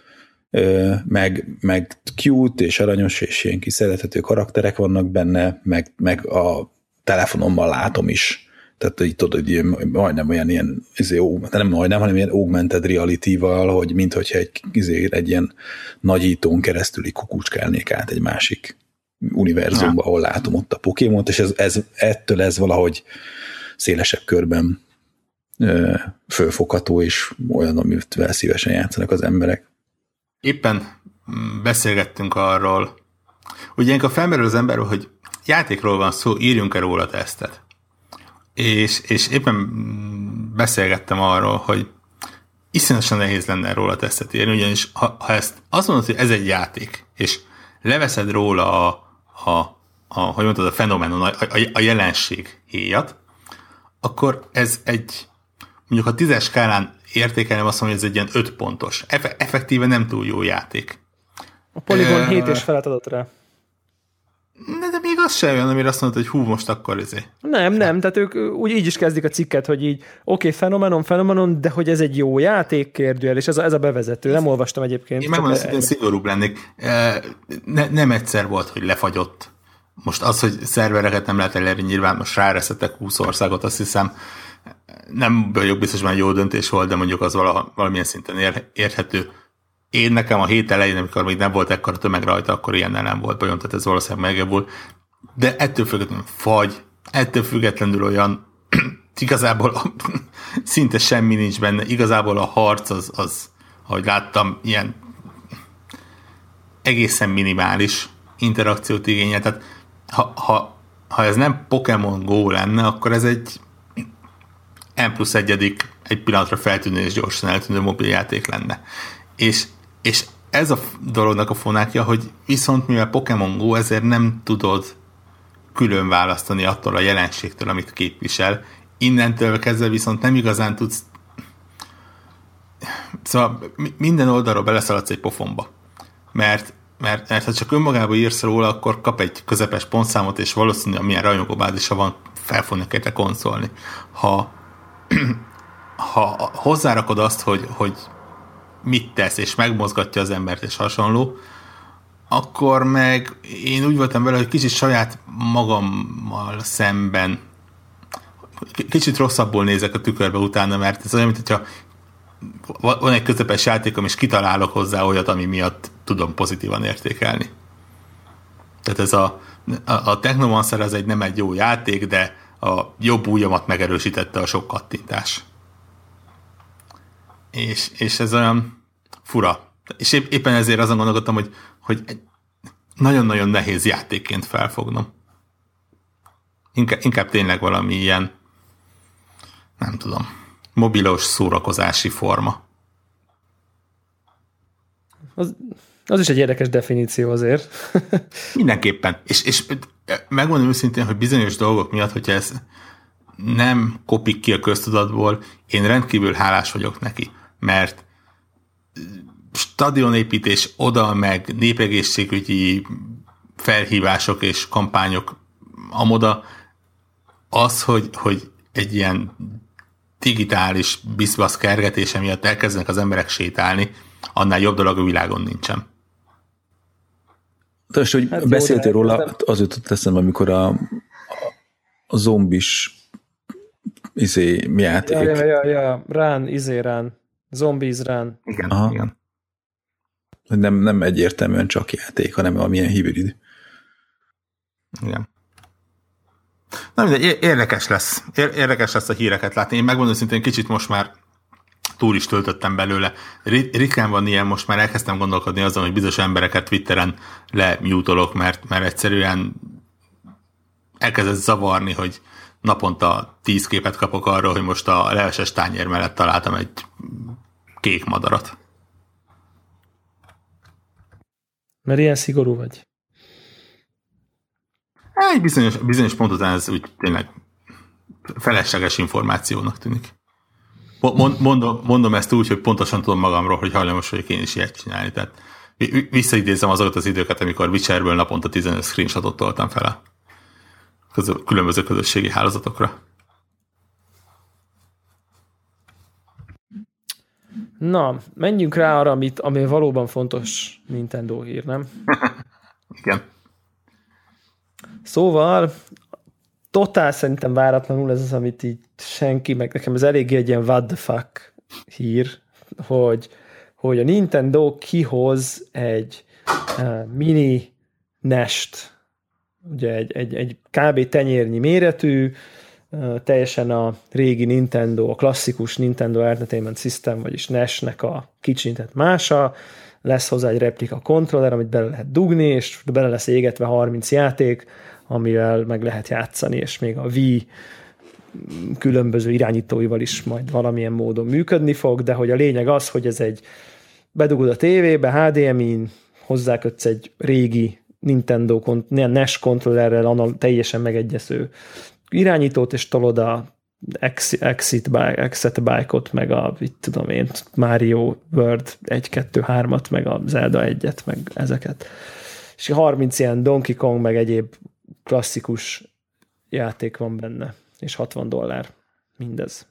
meg, meg cute és aranyos és ilyen kis szerethető karakterek vannak benne, meg, meg a telefonommal látom is. Tehát így tudod, hogy ilyen, majdnem olyan ilyen, izé, nem majdnem, hanem ilyen augmented reality-val, hogy minthogyha egy, izé, egy ilyen nagyítón keresztül így kukucskálnék át egy másik univerzumba, ahol látom ott a Pokémont, és ez, ez, ettől ez valahogy szélesebb körben ö, fölfogható, és olyan, amivel szívesen játszanak az emberek. Éppen beszélgettünk arról, ugye ilyenkor felmerül az emberről, hogy játékról van szó, írjunk-e róla tesztet. És, és éppen beszélgettem arról, hogy iszonyatosan nehéz lenne róla tesztet írni, ugyanis ha, ha ezt azt mondod, hogy ez egy játék, és leveszed róla a, a, a hogy mondtad, a fenomenon, a, a, a jelenség héjat, akkor ez egy, mondjuk a tízes skálán értékelnem azt mondom, hogy ez egy ilyen öt pontos. Efe- effektíve nem túl jó játék. A Polygon uh, hét és felet adott rá. De, de még az sem olyan, amire azt mondod, hogy hú, most akkor izé. Nem, nem, tehát ők úgy így is kezdik a cikket, hogy így oké, okay, fenomenon, fenomenon, de hogy ez egy jó játék, kérdőjel, és ez a, ez a bevezető. Nem olvastam egyébként. Én megmondom, hogy én szigorúbb lennék. Ne, nem egyszer volt, hogy lefagyott. Most az, hogy szervereket nem lehet elérni, nyilván most ráreszettek húsz országot, azt hiszem, nem vagyok biztos, hogy jó döntés volt, de mondjuk az vala, valamilyen szinten ér, érhető. én nekem a hét elején, amikor még nem volt ekkora tömeg rajta, akkor ilyennel nem volt bajom, tehát ez valószínűleg megjavul. De ettől függetlenül fagy, ettől függetlenül olyan igazából szinte semmi nincs benne. Igazából a harc az, az ahogy láttam, ilyen egészen minimális interakciót igényel. Tehát ha, ha, ha ez nem Pokémon Go lenne, akkor ez egy N plusz egyedik egy pillanatra feltűnő és gyorsan eltűnő mobiljáték lenne. És, és ez a dolognak a fonákja, hogy viszont mivel Pokémon Go, ezért nem tudod külön választani attól a jelenségtől, amit képvisel. Innentől kezdve viszont nem igazán tudsz, szóval minden oldalról beleszaladsz egy pofonba. Mert, mert, mert ha csak önmagában írsz róla, akkor kap egy közepes pontszámot, és valószínűleg milyen rajongóbázisa van, fel fognak érte konszolni. Ha, ha hozzárakod azt, hogy, hogy mit tesz, és megmozgatja az embert, és hasonló, akkor meg én úgy voltam vele, hogy kicsit saját magammal szemben kicsit rosszabbul nézek a tükörbe utána, mert ez olyan, mint hogyha van egy közepes játékom, és kitalálok hozzá olyat, ami miatt tudom pozitívan értékelni. Tehát ez a, a, a Technomancer az egy nem egy jó játék, de a jobb ujjamat megerősítette a sok kattintás. És, és ez olyan fura. És épp, éppen ezért azon gondolkodtam, hogy, hogy egy nagyon-nagyon nehéz játékként felfognom. Inkább, inkább tényleg valami ilyen, nem tudom, mobilos szórakozási forma. Az, az is egy érdekes definíció azért. Mindenképpen. És, és megmondom őszintén, hogy bizonyos dolgok miatt, hogyha ez nem kopik ki a köztudatból, én rendkívül hálás vagyok neki, mert stadionépítés oda, meg népegészségügyi felhívások és kampányok amoda, az, hogy, hogy egy ilyen digitális biszbasz kergetése miatt elkezdenek az emberek sétálni, annál jobb dolog a világon nincsen. Tehát, hogy hát beszéltél jó, róla, az jutott eszembe, amikor a, a zombis izé játék. Ja, ja, ja, ja. Run, izé run. Zombies run. Igen, aha. Igen. Nem, nem egyértelműen csak játék, hanem valamilyen hibrid. Igen. Na mindegy, érdekes lesz. Érdekes lesz a híreket látni. Én megmondom szintén kicsit most már túl is töltöttem belőle. Ritkán van ilyen, most már elkezdtem gondolkodni azon, hogy bizonyos embereket Twitteren lemutolok, mert, mert egyszerűen elkezdett zavarni, hogy naponta tíz képet kapok arról, hogy most a leveses tányér mellett találtam egy kék madarat. Mert ilyen szigorú vagy. Egy bizonyos, bizonyos pont után ez úgy tényleg felesleges információnak tűnik. Mondom, mondom ezt úgy, hogy pontosan tudom magamról, hogy hajlamos vagyok én is ilyet csinálni. Tehát visszaidézem azokat az időket, amikor Witcherből naponta tizenöt screenshotot toltam fel a közö- különböző közösségi hálózatokra. Na, menjünk rá arra, amit, ami valóban fontos Nintendo hír, nem? Igen. Szóval totál szerintem váratlanul ez az, amit így senki, meg nekem ez eléggé egy ilyen what the fuck hír, hogy, hogy a Nintendo kihoz egy uh, mini nest, ugye egy, egy, egy kb. Tenyérnyi méretű, uh, teljesen a régi Nintendo, a klasszikus Nintendo Entertainment System, vagyis en e es-nek a kicsintett mása, lesz hozzá egy replika kontroller, amit bele lehet dugni, és bele lesz égetve harminc játék, amivel meg lehet játszani, és még a Wii különböző irányítóival is majd valamilyen módon működni fog, de hogy a lényeg az, hogy ez egy bedugod a tévébe, há dé em in, hozzákötsz egy régi Nintendo en e es kontrollerrel teljesen megegyező irányítót, és tolod a Exit, Exit Bike-ot, meg a, itt tudom én, Mario World egy kettő hármat, meg a Zelda egyet, meg ezeket. És harminc ilyen Donkey Kong, meg egyéb klasszikus játék van benne, és hatvan dollár mindez.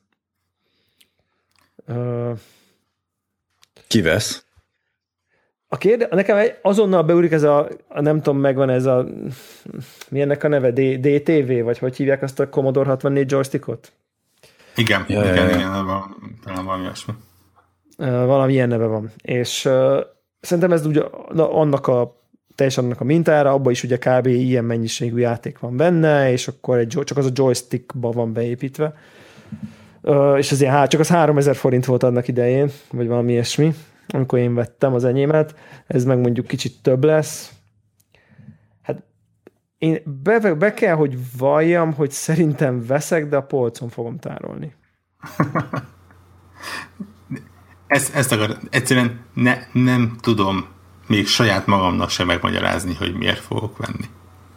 Uh, Ki vesz? A kérde, nekem azonnal beúrik ez a, a, nem tudom, megvan ez a, mi ennek a neve, D, dé té vé, vagy hogy hívják azt a Commodore hatvannégy joystickot? Igen, ja, igen, ja, ja. igen, talán valami olyasmi. valami ilyen neve van. És uh, szerintem ez ugye annak a teljesen annak a mintára, abban is ugye kb. Ilyen mennyiségű játék van benne, és akkor egy, csak az a joystickba van beépítve. Uh, és az ilyen, hát csak az háromezer forint volt annak idején, vagy valami ilyesmi, amikor én vettem az enyémet. Ez meg mondjuk kicsit több lesz. Hát én be, be kell, hogy valljam, hogy szerintem veszek, de a polcon fogom tárolni. ezt, ezt akar, egyszerűen ne, nem tudom még saját magamnak sem megmagyarázni, hogy miért fogok venni.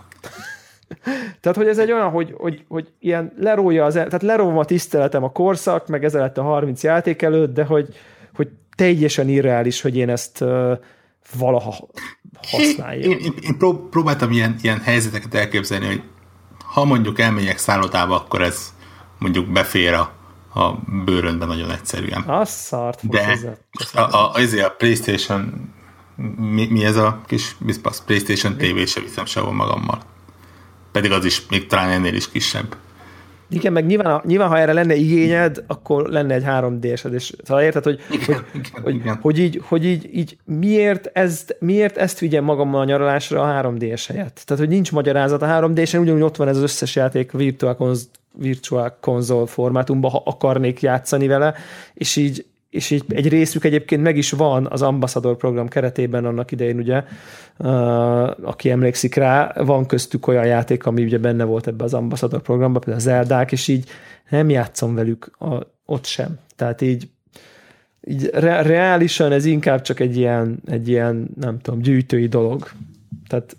Tehát, hogy ez egy olyan, hogy, hogy, hogy ilyen lerója az, tehát leróvom a tiszteletem a korszak, meg ezelőtt a harminc játék előtt, de hogy, hogy teljesen irreális, hogy én ezt uh, valaha használjam. Én, én, én prób- próbáltam ilyen, ilyen helyzeteket elképzelni, hogy ha mondjuk elmegyek szállodába, akkor ez mondjuk befér a, a bőrönben nagyon egyszerűen. Az szart. De a, a, azért a PlayStation mi, mi ez a kis bizpasz? PlayStation té vé se viszem sehol magammal. Pedig az is még talán ennél is kisebb. Igen, meg nyilván, nyilván, ha erre lenne igényed, akkor lenne egy három dé-esed, és szóval érted, hogy, igen, hogy, igen, hogy, igen. hogy, így, hogy így, így miért, ezt, miért ezt vigyem magammal a nyaralásra a három dé-es helyett? Tehát, hogy nincs magyarázat a három dé-esen, ugyanúgy ott van ez az összes játék Virtual, Conz, Virtual Console formátumban, ha akarnék játszani vele, és így és így egy részük egyébként meg is van az Ambassador program keretében annak idején, ugye, uh, aki emlékszik rá, van köztük olyan játék, ami ugye benne volt ebben az Ambassador programban, például a Zeldák, és így nem játszom velük a, ott sem. Tehát így, így re, reálisan ez inkább csak egy ilyen, egy ilyen, nem tudom, gyűjtői dolog. Tehát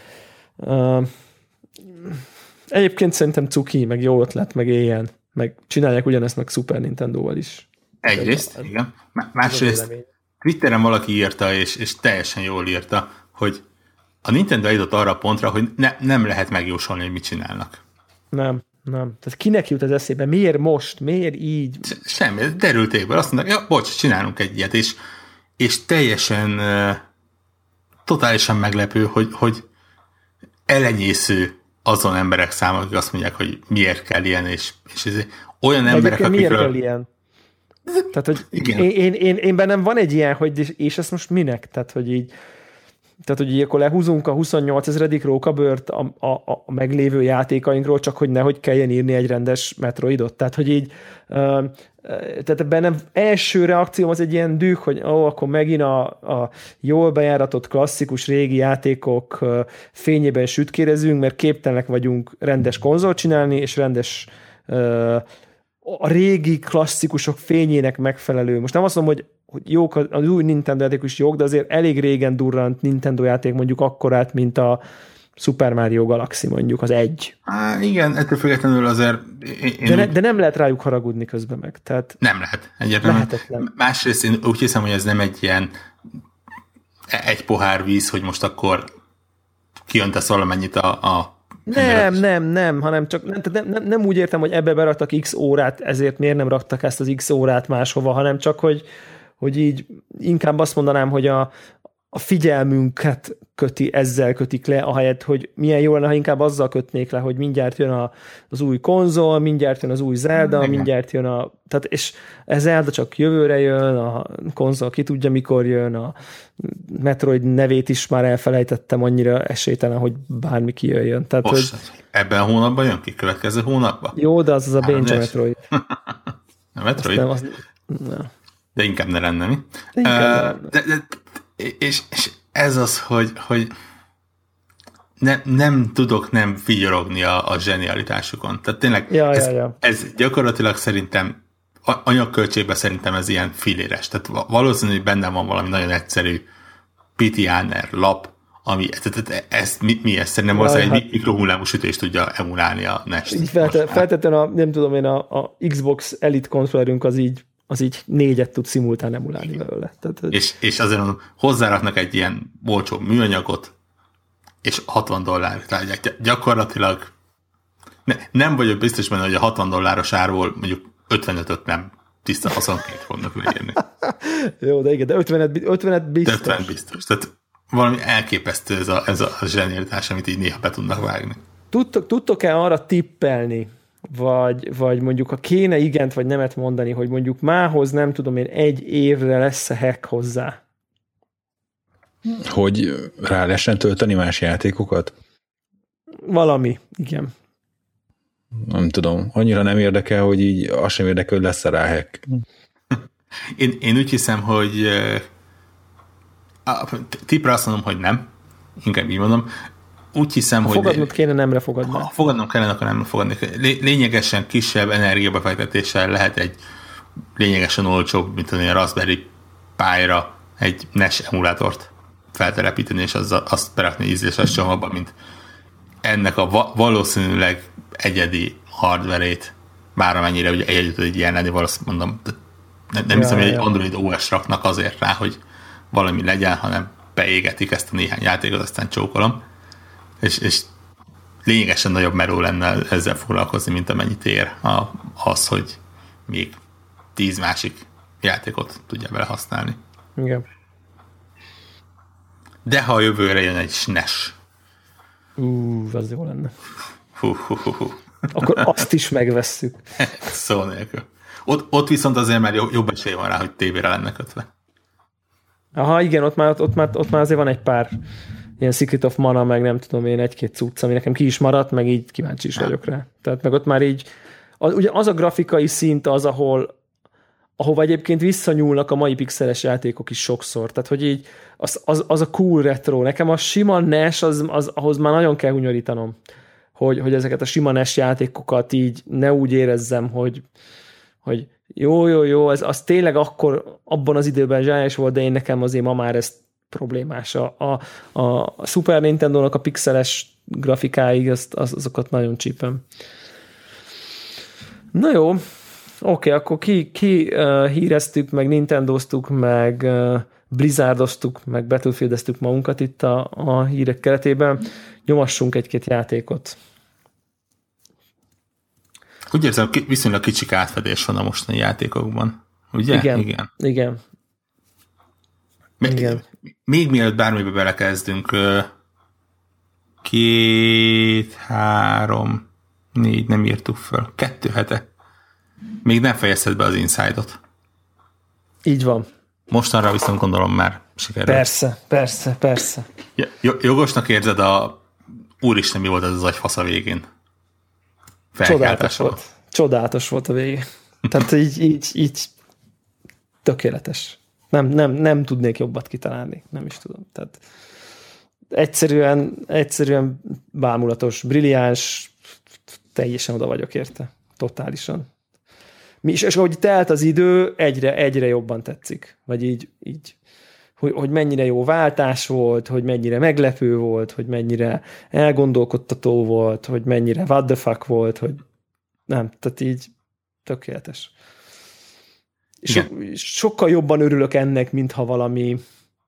uh, egyébként szerintem cuki, meg jó ötlet, meg éljen, meg csinálják ugyanezt meg Super Nintendo-val is. Egyrészt, igen. Másrészt Twitteren valaki írta, és, és teljesen jól írta, hogy a Nintendo eljutott arra a pontra, hogy ne, nem lehet megjósolni, hogy mit csinálnak. Nem, nem. Tehát kinek jut az eszébe? Miért most? Miért így? Semmi, derültékből. Azt mondták, ja, bocs, csinálunk egy ilyet, és, és teljesen uh, totálisan meglepő, hogy, hogy elenyésző azon emberek száma, akik azt mondják, hogy miért kell ilyen, és, és ez olyan de emberek, akikről... miért kell ilyen? Tehát, hogy én, én, én, én bennem van egy ilyen, hogy és ezt most minek? Tehát, hogy így tehát, hogy így akkor lehúzunk a huszonnyolc ezredik rókabört a, a, a meglévő játékainkról, csak hogy nehogy kelljen írni egy rendes Metroidot. Tehát, hogy így uh, tehát bennem első reakcióm az egy ilyen düh, hogy ó, akkor megint a, a jól bejáratott klasszikus régi játékok uh, fényében sütkérezünk, mert képtelenek vagyunk rendes konzolt csinálni, és rendes uh, a régi klasszikusok fényének megfelelő. Most nem azt mondom, hogy, hogy jók, az új Nintendo játék is jók, de azért elég régen durrant Nintendo játék mondjuk akkorát, mint a Super Mario Galaxy mondjuk, az egy. Á, igen, ettől függetlenül azért... Én de, ne, de nem lehet rájuk haragudni közben meg. Tehát nem lehet. Egyáltalán. Lehetetlen. Másrészt én úgy hiszem, hogy ez nem egy ilyen egy pohár víz, hogy most akkor kiöntesz valamennyit a, a Nem, nem, nem, hanem csak nem, nem, nem, nem úgy értem, hogy ebbe beraktak x órát, ezért miért nem raktak ezt az x órát máshova, hanem csak, hogy, hogy így inkább azt mondanám, hogy a, a figyelmünket köti, ezzel kötik le, ahelyett, hogy milyen jó lenne, ha inkább azzal kötnék le, hogy mindjárt jön a, az új konzol, mindjárt jön az új Zelda, igen. mindjárt jön a... Tehát, és ez Zelda csak jövőre jön, a konzol ki tudja, mikor jön, a Metroid nevét is már elfelejtettem, annyira esélytelen, hogy bármi kijöjjön. Tehát, most, hogy... ebben a hónapban jön ki? Következő hónapban? Jó, de az az a Benja Metroid. A Metroid? Nem, az... De inkább ne lenne, mi? De inkább uh, ne lenne. De, de, és, és ez az, hogy, hogy ne, nem tudok nem vigyorogni a, a zsenialitásukon. Tehát tényleg ja, ez, ja, ja. ez gyakorlatilag szerintem anyagköltségben szerintem ez ilyen filéres. Tehát valószínűleg benne van valami nagyon egyszerű Pitiáner lap, ami ez, mi, mi ez? Szerintem valószínűleg egy hát, mikrohullámú sütést tudja emulálni a Nest. Feltétlenül a, nem tudom én, a, a Xbox Elite kontrollerünk az így az így négyet tud szimultán emulálni belőle. Tehát, és, és azért mondom, hozzáraknak egy ilyen olcsó műanyagot, és hatvan dollár. Tehát gyakorlatilag ne, nem vagyok biztos benne, hogy a hatvan dolláros árból mondjuk ötvenötöt nem tiszta haszonként fognak leírni. Jó, de igen, de ötvenet, ötvenet biztos. De ötven biztos. Tehát valami elképesztő ez a, ez a zsenialitás, amit így néha be tudnak vágni. Tudtok, tudtok-e arra tippelni, vagy, vagy mondjuk ha kéne igent vagy nemet mondani, hogy mondjuk mához nem tudom én egy évre lesz a hack hozzá. Hogy rá lehessen tölteni más játékokat? Valami, igen. Nem tudom, annyira nem érdekel, hogy így azt sem érdekel, hogy lesz-e rá hack. Én, én úgy hiszem, hogy uh, tipre azt mondom, hogy nem. Inkább így mondom. Úgy hiszem, ha hogy... fogadnod kéne, nemre fogadni. Ha fogadnom kellene, akkor nemre fogadni. Lényegesen kisebb energiabefektetéssel lehet egy lényegesen olcsóbb, mint a Raspberry Pi-ra egy en e es emulátort feltelepíteni, és az, azt berakni ízléses csomagba, mint ennek a va- valószínűleg egyedi hardverét, bár amennyire ugye egyedül tud egy ilyen lenni, valószínűleg mondom, nem, nem ja, hiszem, hogy egy Android o es raknak azért rá, hogy valami legyen, hanem beégetik ezt a néhány játékot, aztán csókolom. És, és lényegesen nagyobb merő lenne ezzel foglalkozni, mint amennyit ér a, az, hogy még tíz másik játékot tudja vele használni. Igen. De ha a jövőre jön egy es en e es. Ú, az jó lenne. Hú, hú, hú, hú. Akkor azt is megvesszük. Szó nélkül. Ott, ott viszont azért már jobb esély van rá, hogy tévére lenne kötve. Aha, igen, ott már, ott, már, ott már azért van egy pár ilyen Secret of Mana, meg nem tudom én, egy-két cucc, ami nekem ki is maradt, meg így kíváncsi is vagyok rá. Tehát meg ott már így, az, ugye az a grafikai szint az, ahol ahova egyébként visszanyúlnak a mai pixeles játékok is sokszor. Tehát, hogy így az, az, az a cool retro. Nekem a sima en e es, az, az, ahhoz már nagyon kell hunyorítanom, hogy, hogy ezeket a sima en e es játékokat így ne úgy érezzem, hogy, hogy jó, jó, jó, ez, az tényleg akkor abban az időben zsályos volt, de én nekem azért ma már ez problémás. A, a, a Super Nintendo-nak a pixeles grafikáig azt, az, azokat nagyon csípem. Na jó, oké, okay, akkor ki, ki uh, híreztük, meg Nintendoztuk, meg uh, Blizzardoztuk, meg Battlefieldeztük magunkat itt a, a hírek keretében. Nyomassunk egy-két játékot. Úgy érzem, viszonylag kicsik átfedés van a mostani játékokban. Ugye? Igen. Igen. Igen. Még, Igen. még mielőtt bármibe belekezdünk, két, három, négy, nem írtuk föl, kettő hete. Még nem fejezted be az Inside-ot. Így van. Mostanra viszont gondolom már sikerült. Persze, persze, persze. Jogosnak érzed a úristen, mi volt ez az agyfasz a végén? Csodálatos volt. Csodálatos volt a végén. Tehát így, így, így tökéletes. Nem, nem, nem tudnék jobbat kitalálni. Nem is tudom. Tehát egyszerűen, egyszerűen bámulatos, brilliáns, teljesen oda vagyok érte. Totálisan. Mi is, és ahogy telt az idő, egyre, egyre jobban tetszik. Vagy így, így hogy, hogy mennyire jó váltás volt, hogy mennyire meglepő volt, hogy mennyire elgondolkodtató volt, hogy mennyire what the fuck volt, hogy nem, tehát így tökéletes. So, sokkal jobban örülök ennek, mintha valami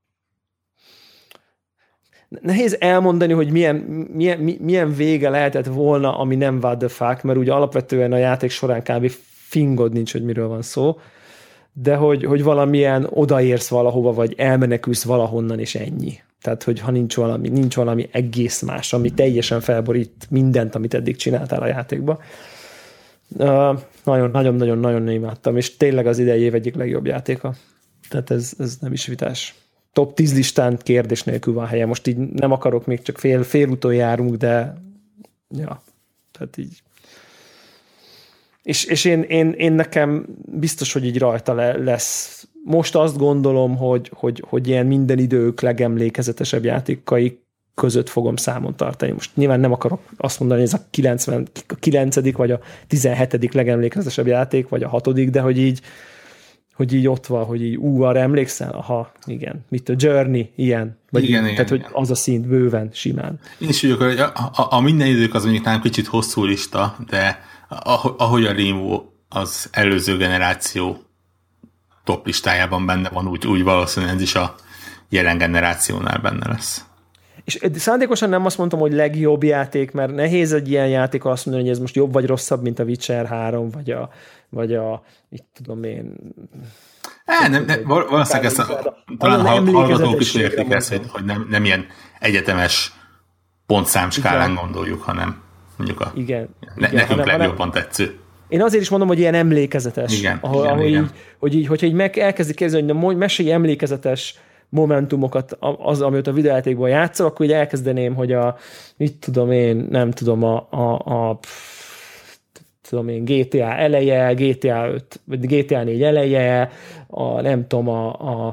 nehéz elmondani, hogy milyen, milyen, milyen vége lehetett volna, ami nem what the fuck, mert ugye alapvetően a játék során kb. Fingod nincs, hogy miről van szó, de hogy, hogy valamilyen odaérsz valahova, vagy elmenekülsz valahonnan, és ennyi. Tehát, hogy ha nincs valami, nincs valami egész más, ami teljesen felborít mindent, amit eddig csináltál a játékba. Nagyon-nagyon-nagyon-nagyon imádtam, és tényleg az idei év egyik legjobb játéka. Tehát ez, ez nem is vitás. Top tíz listán kérdés nélkül van helye. Most így nem akarok, még csak fél, félúton járunk, de ja, tehát így. És, és én, én, én nekem biztos, hogy így rajta le, lesz. Most azt gondolom, hogy, hogy, hogy ilyen minden idők legemlékezetesebb játékai között fogom számon tartani. Most nyilván nem akarok azt mondani, hogy ez a kilencvenedik vagy a tizenhetedik legemlékezetesebb játék, vagy a hatodik, de hogy így, hogy így ott van, hogy így ú, arra emlékszel? Aha, igen. Mit a Journey, ilyen. Vagy igen, így, igen, tehát, igen. hogy az a szint bőven, simán. Én is vagyok, hogy a, a, a minden idők az mondjuk nálam kicsit hosszú lista, de ahogy a Rainbow az előző generáció top listájában benne van, úgy, úgy valószínűleg ez is a jelen generációnál benne lesz. És szándékosan nem azt mondtam, hogy legjobb játék, mert nehéz egy ilyen játék azt mondani, hogy ez most jobb vagy rosszabb, mint a Witcher három, vagy a, vagy a mit tudom én... É, nem, nem, valószínűleg ezt a, talán hallgatók is értik ezt, hogy, hogy nem, nem ilyen egyetemes pontszámskálán gondoljuk, hanem mondjuk a igen, ne, igen, nekünk hanem, legjobban tetsző. Én azért is mondom, hogy ilyen emlékezetes. Igen, ahol, igen, ahol igen. Így, hogy így, hogyha így meg elkezdik kérdezni, hogy mesélj emlékezetes momentumokat az, amit a videójátékban játszol, akkor így elkezdeném, hogy a, mit tudom én, nem tudom, a, a, a pff, tudom én, gé té á eleje, gé té á öt, vagy gé té á négy eleje, a, nem tudom, a, a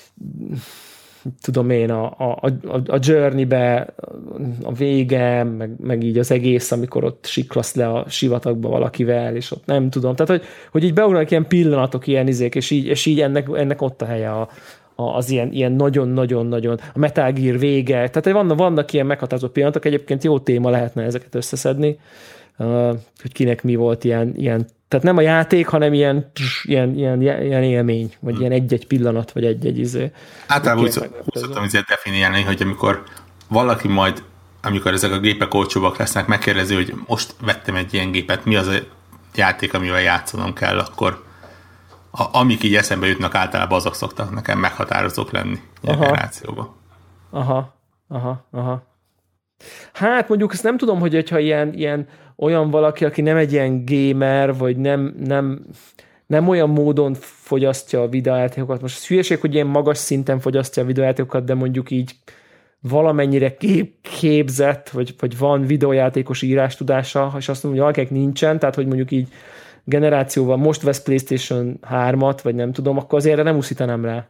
tudom én, a, a, a Journey-be a vége, meg, meg így az egész, amikor ott siklasz le a sivatagba valakivel, és ott nem tudom. Tehát, hogy, hogy így beugranak ilyen pillanatok, ilyen izék, és így, és így ennek, ennek ott a helye a, a, az ilyen, ilyen nagyon-nagyon-nagyon, a Metal Gear vége. Tehát vannak, vannak ilyen meghatározó pillanatok, egyébként jó téma lehetne ezeket összeszedni, uh, hogy kinek mi volt ilyen, ilyen tehát nem a játék, hanem ilyen, ilyen, ilyen, ilyen élmény, vagy hmm. ilyen egy-egy pillanat, vagy egy-egy izé. Általában úgy szoktam ezért definiálni, hogy amikor valaki majd, amikor ezek a gépek olcsóbbak lesznek, megkérdezi, hogy most vettem egy ilyen gépet, mi az a játék, amivel játszanom kell, akkor a, amik így eszembe jutnak, általában azok szoktak nekem meghatározók lenni ilyen aha. generációban. Aha, aha, aha. Hát mondjuk ezt nem tudom, hogy hogyha ilyen, ilyen olyan valaki, aki nem egy ilyen gamer, vagy nem, nem, nem olyan módon fogyasztja a videójátékokat. Most ez hülyeség, hogy ilyen magas szinten fogyasztja a videójátékokat, de mondjuk így valamennyire kép, képzett, vagy, vagy van videójátékos írástudása, és azt mondom, hogy valakinek nincsen, tehát hogy mondjuk így generációval most vesz PlayStation hármat, vagy nem tudom, akkor azért nem uszítanám rá.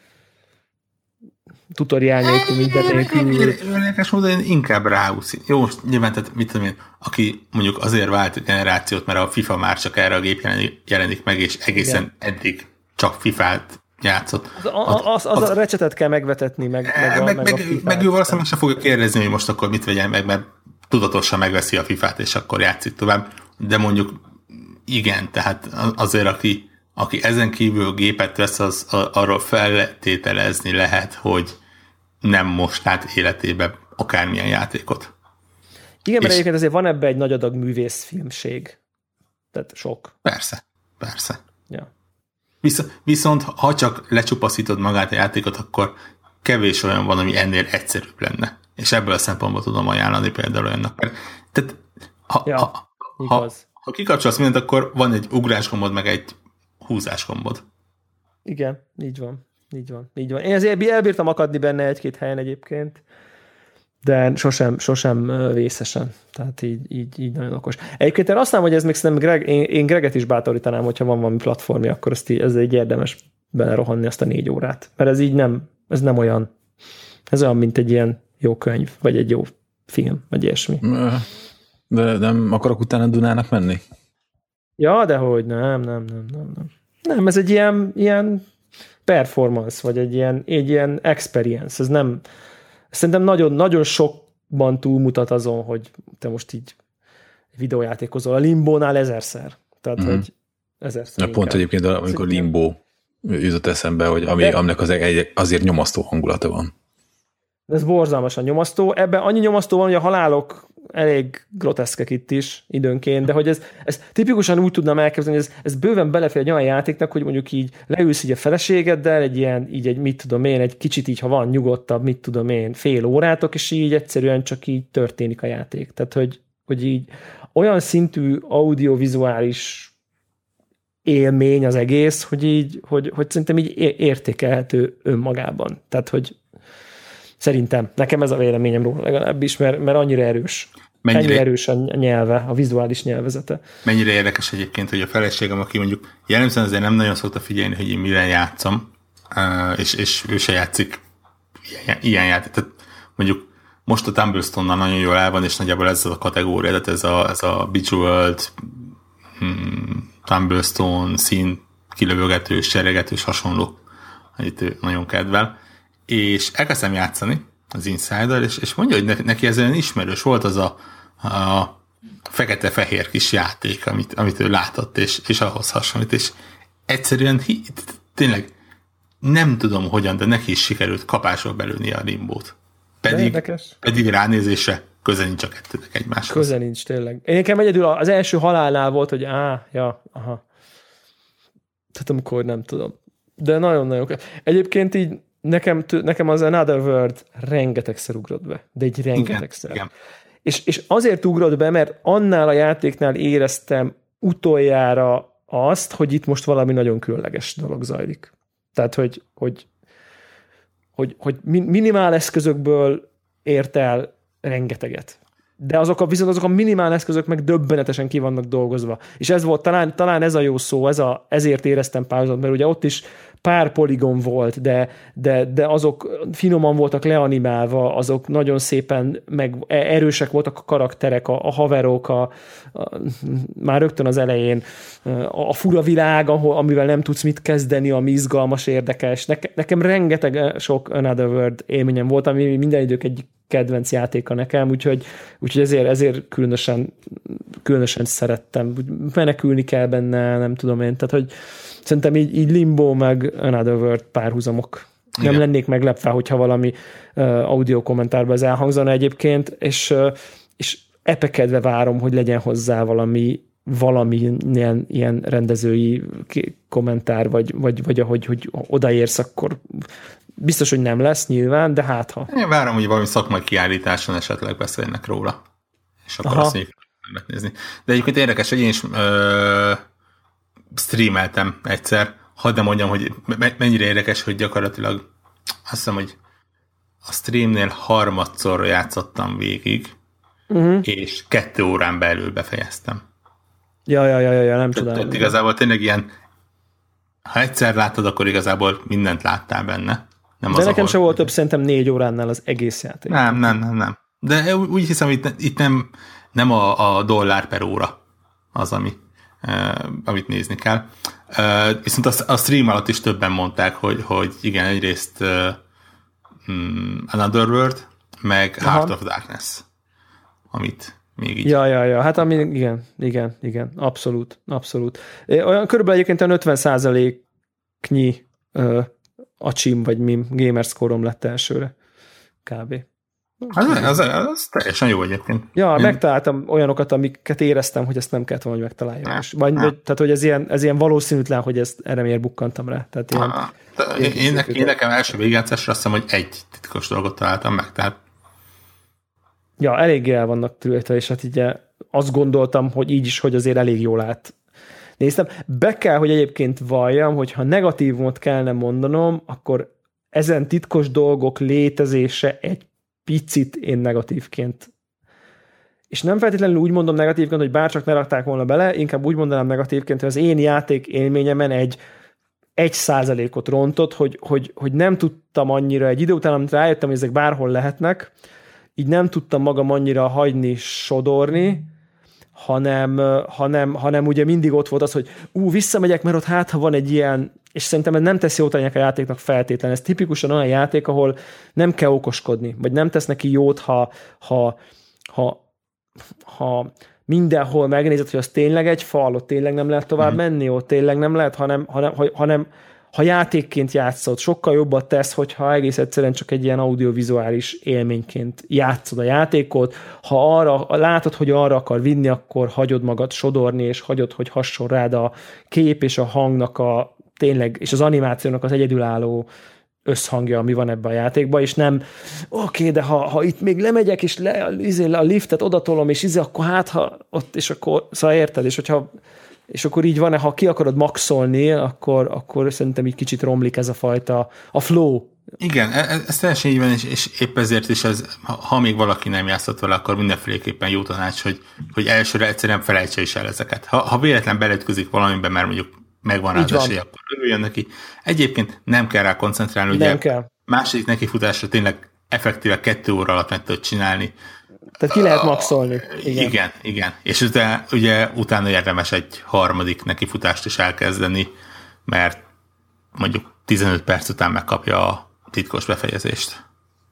Tutoriál nélkül, minden nélkül. Érdekes módon én inkább ráúszít. Jó, most nyilván, tehát mit tudom én, aki mondjuk azért vált generációt, mert a FIFA már csak erre a gép jelenik meg, és egészen igen. eddig csak fifát játszott. Az, az, az, az a recsetet kell megvetetni, meg, meg, a, meg, meg, meg, a fifát. meg ő valószínűleg sem fogja kérdezni, hogy most akkor mit vegyen meg, mert tudatosan megveszi a fifát, és akkor játszik tovább. De mondjuk igen, tehát azért, aki, aki ezen kívül gépet vesz, az arról feltételezni lehet, hogy nem most lát életében akármilyen játékot. Igen, mert egyébként azért van ebben egy nagy adag művészfilmség. Tehát sok. Persze, persze. Ja. Visz, viszont ha csak lecsupaszítod magát a játékot, akkor kevés olyan van, ami ennél egyszerűbb lenne. És ebből a szempontból tudom ajánlani például olyannak. Tehát ha, ja, ha, ha, ha kikapcsolsz mindent, akkor van egy ugrásgombod, meg egy húzásgombod. Igen, így van. Így van, így van. Én azért elbírtam akadni benne egy-két helyen egyébként, de sosem, sosem vészesen. Tehát így, így, így nagyon okos. Egyébként én azt mondom, hogy ez még szerintem Greg, én, én Greget is bátorítanám, hogyha van valami platformja, akkor ezt így, ez így érdemes belerohanni azt a négy órát. Mert ez így nem, ez nem olyan, ez olyan, mint egy ilyen jó könyv, vagy egy jó film, vagy ilyesmi. De nem akarok utána Dunának menni? Ja, de hogy nem, nem, nem, nem, nem. Nem, ez egy ilyen, ilyen performance, vagy egy ilyen, egy ilyen experience. Ez nem, szerintem nagyon, nagyon sokban túlmutat azon, hogy te most így videójátékozol. A Limbónál ezerszer. Tehát, mm. hogy ezerszer. Na, pont egyébként, amikor Limbo jutott eszembe, hogy ami, de, aminek az egy, azért nyomasztó hangulata van. Ez borzalmasan nyomasztó. Ebben annyi nyomasztó van, hogy a halálok elég groteszkek itt is időnként, de hogy ez, ez tipikusan úgy tudnám elképzelni, hogy ez, ez bőven belefér egy olyan játéknak, hogy mondjuk így leülsz így a feleségeddel, egy ilyen, így egy mit tudom én, egy kicsit így, ha van nyugodtabb, mit tudom én, fél órátok, és így egyszerűen csak így történik a játék. Tehát, hogy, hogy így olyan szintű audiovizuális élmény az egész, hogy így, hogy, hogy szerintem így értékelhető önmagában. Tehát, hogy szerintem. Nekem ez a véleményem róla legalábbis, mert, mert annyira erős. Mennyire, ennyire erős a nyelve, a vizuális nyelvezete. Mennyire érdekes egyébként, hogy a feleségem, aki mondjuk jellemzően azért nem nagyon szokta figyelni, hogy én mivel játszom, és, és ő se játszik ilyen, ilyen játék. Tehát mondjuk most a Tumblestone-nal nagyon jól el van, és nagyjából ez a kategória, tehát ez a, ez a Bejeweled, hmm, Tumblestone, szín, kilövögetős, seregetős, hasonló, amit ő nagyon kedvel. És elkezdtem játszani az Insider, és, és mondja, hogy neki ez olyan ismerős volt az a, a fekete-fehér kis játék, amit, amit ő látott, és, és ahhoz hasonlít, és egyszerűen tényleg nem tudom hogyan, de neki is sikerült kapásról belülni a Limbót. Pedig, pedig ránézésre köze nincs a kettőnek egymáshoz. Köze nincs, tényleg. Én nekem egyedül az első halálnál volt, hogy á, ja, aha. Tehát amikor nem tudom. De nagyon-nagyon. Egyébként így Nekem, nekem az Another World rengetegszer ugrott be, de egy rengetegszer. Igen, igen. és, és azért ugrott be, mert annál a játéknál éreztem utoljára azt, hogy itt most valami nagyon különleges dolog zajlik. Tehát, hogy, hogy, hogy, hogy minimál eszközökből ért el rengeteget. De azok a, viszont azok a minimál eszközök meg döbbenetesen ki vannak dolgozva. És ez volt, talán, talán ez a jó szó, ez a, ezért éreztem párhuzamot, mert ugye ott is pár poligon volt, de, de, de azok finoman voltak leanimálva, azok nagyon szépen meg erősek voltak a karakterek, a, a haverok, a, a, már rögtön az elején a, a fura világ, ahol, amivel nem tudsz mit kezdeni, ami izgalmas, érdekes. Neke, nekem rengeteg sok Another World élményem volt, ami minden idők egyik kedvenc játéka nekem, úgyhogy, úgyhogy ezért, ezért különösen, különösen szerettem. Menekülni kell benne, nem tudom én. Tehát, hogy szerintem így, így Limbo meg Another World párhuzamok. Igen. Nem lennék meglepve, hogyha valami uh, audio kommentárban ez elhangzana egyébként, és, uh, és epekedve várom, hogy legyen hozzá valami valami ilyen, ilyen rendezői kommentár, vagy, vagy, vagy ahogy hogy odaérsz, akkor biztos, hogy nem lesz nyilván, de hát ha. Én várom, hogy valami szakmai kiállításon esetleg beszélnek róla, és akkor Aha. azt mondjuk megnézni. De egyébként érdekes, hogy én is ö, streameltem egyszer, hadd nem mondjam, hogy mennyire érdekes, hogy gyakorlatilag azt hiszem, hogy a streamnél harmadszor játszottam végig, uh-huh. és kettő órán belül befejeztem. Ja, ja, ja, ja, nem csodálom. Tehát igazából tényleg ilyen, ha egyszer láttad, akkor igazából mindent láttál benne. Nem de az, nekem ahol... sem volt több, szerintem négy óránnál az egész játék. Nem, nem, nem, nem. De úgy hiszem, itt, itt nem, nem a, a dollár per óra az, ami, uh, amit nézni kell. Uh, viszont a, a stream alatt is többen mondták, hogy, hogy igen, egyrészt uh, um, Another World, meg Aha. Heart of Darkness, amit még így. Ja, ja, ja, hát ami, igen, igen, igen, abszolút, abszolút. Olyan körülbelül egyébként olyan ötven százaléknyi uh, acsim vagy mim gamerscore-om lett elsőre. Kb. Az, az, az, az teljesen jó egyébként. Ja, Én... megtaláltam olyanokat, amiket éreztem, hogy ezt nem kellett volna, hogy megtaláljam. És, vagy, vagy, tehát, hogy ez ilyen, ez ilyen valószínűtlen, hogy ezt, erre miért bukkantam rá. Tehát ilyen, ah, ilyen én, én, én nekem első végjátszásra azt hiszem, hogy egy titkos dolgot találtam meg, tehát ja, eléggé el vannak tűrte, és hát így azt gondoltam, hogy így is, hogy azért elég jól át néztem. Be kell, hogy egyébként valljam, hogy ha negatívumot kellene mondanom, akkor ezen titkos dolgok létezése egy picit én negatívként. És nem feltétlenül úgy mondom negatívként, hogy bárcsak ne rakták volna bele, inkább úgy mondanám negatívként, hogy az én játék élményemen egy egy százalékot rontott, hogy, hogy, hogy nem tudtam annyira egy idő után, amit rájöttem, hogy ezek bárhol lehetnek, így nem tudtam magam annyira hagyni, sodorni, hanem, hanem, hanem ugye mindig ott volt az, hogy ú, visszamegyek, mert ott hát, ha van egy ilyen, és szerintem ez nem teszi jót a játéknak feltétlenül. Ez tipikusan olyan játék, ahol nem kell okoskodni, vagy nem tesz neki jót, ha, ha, ha, ha mindenhol megnézed, hogy az tényleg egy fal, ott tényleg nem lehet tovább mm. menni, ott tényleg nem lehet, hanem, hanem, hanem ha játékként játszod, sokkal jobbat tesz, hogyha egész egyszerűen csak egy ilyen audiovizuális élményként játszod a játékot. Ha arra látod, hogy arra akar vinni, akkor hagyod magad sodorni, és hagyod, hogy hasson rád a kép és a hangnak a tényleg, és az animációnak az egyedülálló összhangja, ami van ebben a játékban, és nem oké, okay, de ha, ha itt még lemegyek, és le, a liftet odatolom, és izé, akkor hát, ha ott, és akkor, szóval érted, és hogyha és akkor így van, ha ki akarod maxolni, akkor, akkor szerintem így kicsit romlik ez a fajta, a flow. Igen, ez, ez teljesen így van, és, és épp ezért is ez, ha, ha még valaki nem játszott vele, akkor mindenféleképpen jó tanács, hogy, hogy elsőre egyszerűen felejtse is el ezeket. Ha, ha véletlen beletközik valamiben, mert mondjuk megvan rá az esély, akkor örüljön neki. Egyébként nem kell rá koncentrálni, ugye nem kell. Második nekifutásra tényleg effektíve kettő óra alatt meg tudod csinálni. Tehát ki lehet maxolni. Igen, igen. igen. És utána, ugye utána érdemes egy harmadik nekifutást is elkezdeni, mert mondjuk tizenöt perc után megkapja a titkos befejezést.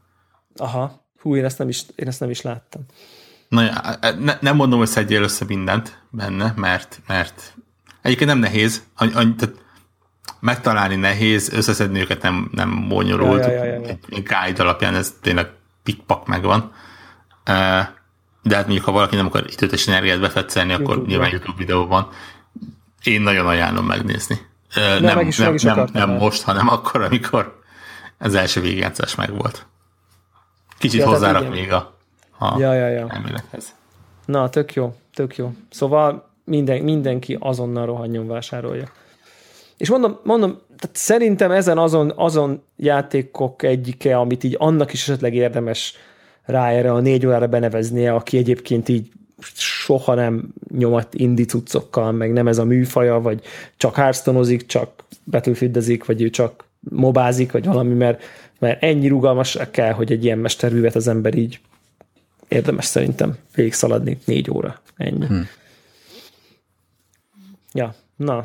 Aha. Hú, én ezt nem is, én ezt nem is láttam. Na, ne, nem mondom, hogy szedjél össze mindent benne, mert, mert egyébként nem nehéz. Any, any, tehát megtalálni nehéz, összeszedni őket nem, nem bonyolult. Ja, ja, ja, ja. Egy, egy guide alapján ez tényleg pikpak megvan. De hát mondjuk, ha valaki nem akar időt és energiát befetszelni, akkor YouTube nyilván YouTube videó van. Én nagyon ajánlom megnézni. Nem, nem, is, nem, nem, nem most, hanem akkor, amikor az első végigjátszás megvolt. Kicsit ja, hozzárak még a, a ja, ja, ja. elmélethez. Na, tök jó, tök jó. Szóval minden, mindenki azonnal rohanjon vásárolja. És mondom, mondom tehát szerintem ezen azon, azon játékok egyike, amit így annak is esetleg érdemes rá erre a négy órára beneveznie, aki egyébként így soha nem nyomat indie cuccokkal, meg nem ez a műfaja, vagy csak hearthstone-ozik, csak battlefieldezik, vagy ő csak mobázik, vagy valami, mert, mert ennyi rugalmasság kell, hogy egy ilyen mesterművet az ember így érdemes szerintem végigszaladni négy óra. Ennyi. Hmm. Ja, na.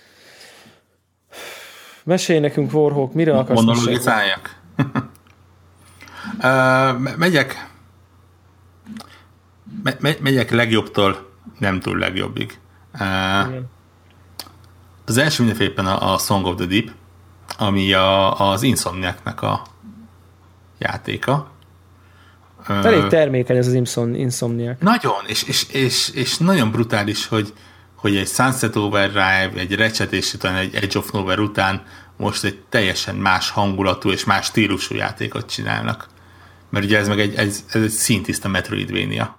Mesélj nekünk, Warhawk, mire akarsz mesélni? Monologizáljak. uh, megyek me- megyek legjobbtól nem túl legjobbig. Uh, az első mindenféppen a, a Song of the Deep, ami a, az Insomniac-nek a játéka. Elég termékeny ez az Insomniac. Nagyon, és, és, és, és nagyon brutális, hogy, hogy egy Sunset Overdrive, egy Ratchet és utána egy Edge of Nowhere után most egy teljesen más hangulatú és más stílusú játékot csinálnak. Mert ugye ez meg egy, ez, ez egy szintiszta Metroidvania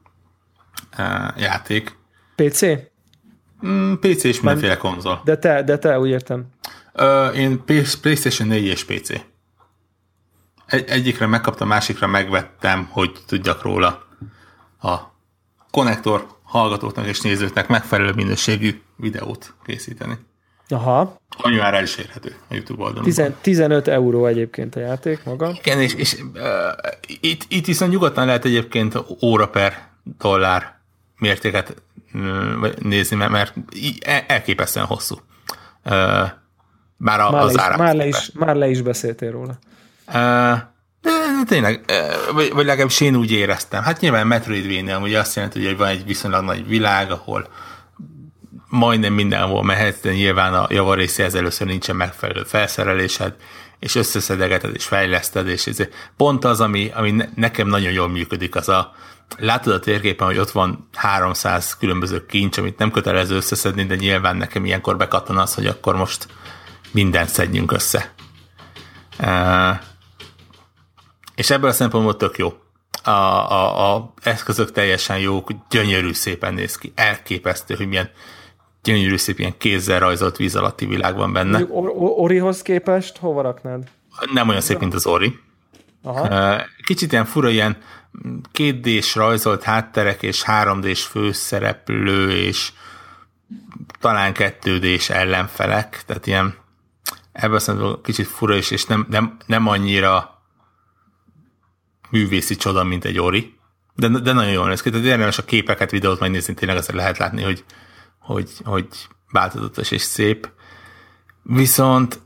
uh, játék. pé cé? Mm, pé cé és mindenféle konzol. De te, de te, úgy értem. Uh, én PlayStation négy és pé cé. Egy, egyikre megkaptam, másikra megvettem, hogy tudjak róla a konnektor hallgatóknak és nézőknek megfelelő minőségű videót készíteni. Aha. Ami már el is érhető a YouTube oldalon. tizenöt euró egyébként a játék maga. Igen, és, és uh, itt, itt viszont nyugodtan lehet egyébként óra per dollár mértéket uh, nézni, mert, mert elképesztően hosszú. Uh, már, a, már, az le is, már, le is, már le is beszéltél róla. Uh, de tényleg, uh, vagy, vagy legalábbis én úgy éreztem. Hát nyilván Metroidvania, ugye azt jelenti, hogy van egy viszonylag nagy világ, ahol majdnem mindenhol mehetsz, de nyilván a javarészéhez először nincsen megfelelő felszerelésed, és összeszedegeted, és fejleszted, és ez pont az, ami, ami nekem nagyon jól működik, az a látod a térképen, hogy ott van háromszáz különböző kincs, amit nem kötelező összeszedni, de nyilván nekem ilyenkor bekattan az, hogy akkor most mindent szedjünk össze. Uh, és ebből a szempontból tök jó. A, a, a eszközök teljesen jók, gyönyörű szépen néz ki, elképesztő, hogy milyen gyönyörű szép, ilyen kézzel rajzolt víz alatti világ van benne. Orihoz képest hova raknád? Nem olyan szép, mint az Ori. Aha. Kicsit ilyen fura, ilyen kétdés rajzolt hátterek, és háromdés főszereplő, és talán kettődés ellenfelek, tehát ilyen ebből szerintem kicsit fura is, és nem, nem, nem annyira művészi csoda, mint egy Ori, de, de nagyon jól néz ki. Tehát érdemes a képeket, videót megnézni, tényleg azért lehet látni, hogy, hogy, hogy változatos és szép. Viszont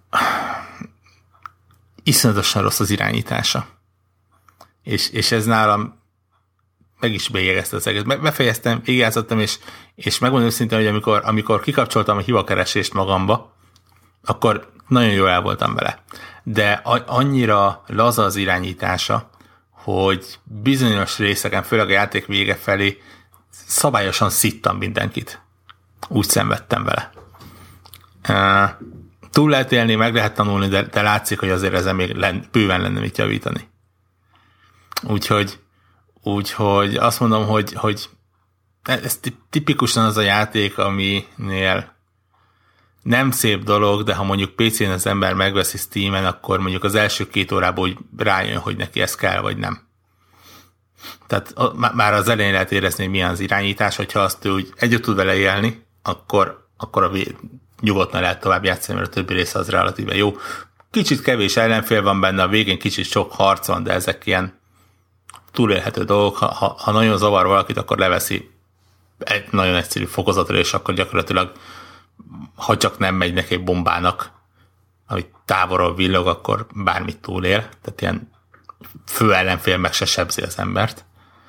iszonyatosan rossz az irányítása. És, és ez nálam meg is bélyegezte az egész. Befejeztem, végigjátszottam, és, és megmondom őszintén, hogy amikor, amikor kikapcsoltam a hivakeresést magamba, akkor nagyon jól el voltam vele. De annyira laza az irányítása, hogy bizonyos részeken, főleg a játék vége felé szabályosan szittam mindenkit. Úgy szenvedtem vele. Uh, túl lehet élni, meg lehet tanulni, de, de látszik, hogy azért ezen még len, bőven lenne mit javítani. Úgyhogy, úgyhogy azt mondom, hogy, hogy ez tipikusan az a játék, aminél nem szép dolog, de ha mondjuk pé cén az ember megveszi Steamen, akkor mondjuk az első két órában úgy rájön, hogy neki ez kell, vagy nem. Tehát már az elején lehet érezni, hogy milyen az irányítás, hogyha azt úgy együtt tud vele élni, akkor, akkor a vé- nyugodtan lehet tovább játszani, mert a többi része az relatíve jó. Kicsit kevés ellenfél van benne, a végén kicsit sok harc van, de ezek ilyen túlélhető dolgok. Ha, ha, ha nagyon zavar valakit, akkor leveszi egy nagyon egyszerű fokozatra, és akkor gyakorlatilag ha csak nem megy neki egy bombának, ami távolról villog, akkor bármit túlél. Tehát ilyen fő ellenfél meg se sebzi az embert.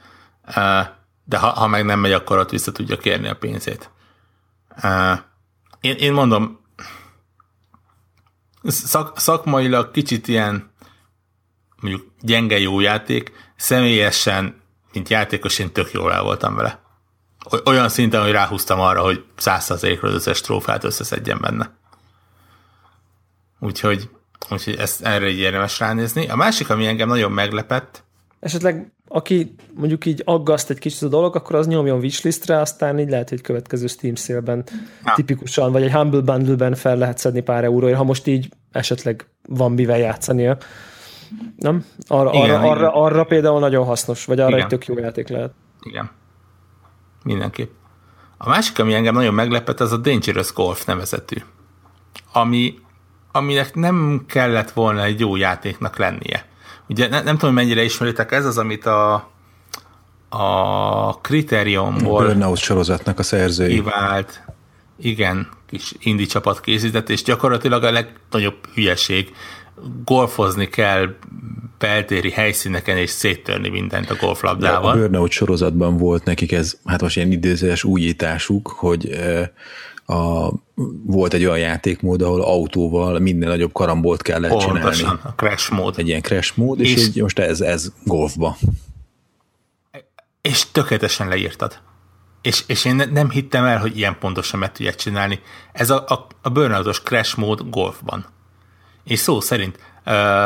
De ha, ha meg nem megy, akkor ott vissza tudja kérni a pénzét. Én, én mondom, szak, szakmailag kicsit ilyen mondjuk gyenge jó játék, személyesen, mint játékos, én tök jól el voltam vele. Olyan szinten, hogy ráhúztam arra, hogy száz százalékra az összes trófát összeszedjen benne. Úgyhogy, úgyhogy ezt erre így érdemes ránézni. A másik, ami engem nagyon meglepett, esetleg aki mondjuk így aggaszt egy kicsit a dolog, akkor az nyomjon wishlistre, aztán így lehet, hogy következő Steam sale-ben ja. tipikusan, vagy egy Humble Bundle-ben fel lehet szedni pár euróért, ha most így esetleg van mivel játszania. Nem? Arra, igen, arra, igen. Arra, arra például nagyon hasznos, vagy arra igen. egy tök jó játék lehet. Igen. Mindenképp. A másik, ami engem nagyon meglepett, az a Dangerous Golf nevezetű, ami, aminek nem kellett volna egy jó játéknak lennie. Ugye ne, nem tudom, mennyire ismeritek, ez az, amit a, a Criterionból a Burnout sorozatnak a szerzői kivált, igen, kis indie csapat készített, és gyakorlatilag a legnagyobb hülyeség, golfozni kell beltéri helyszíneken, és széttörni mindent a golflabdával. A Burnout sorozatban volt nekik ez, hát most ilyen időzőes újításuk, hogy a, volt egy olyan játékmód, ahol autóval minden nagyobb karambolt kellett Pontosan, csinálni. Pontosan, a crash mód. Egy ilyen crash mód, és, és így most ez, ez golfba. És tökéletesen leírtad. És, és én nem hittem el, hogy ilyen pontosan meg tudják csinálni. Ez a, a, a Burnoutos crash mód golfban. És szó szerint, uh,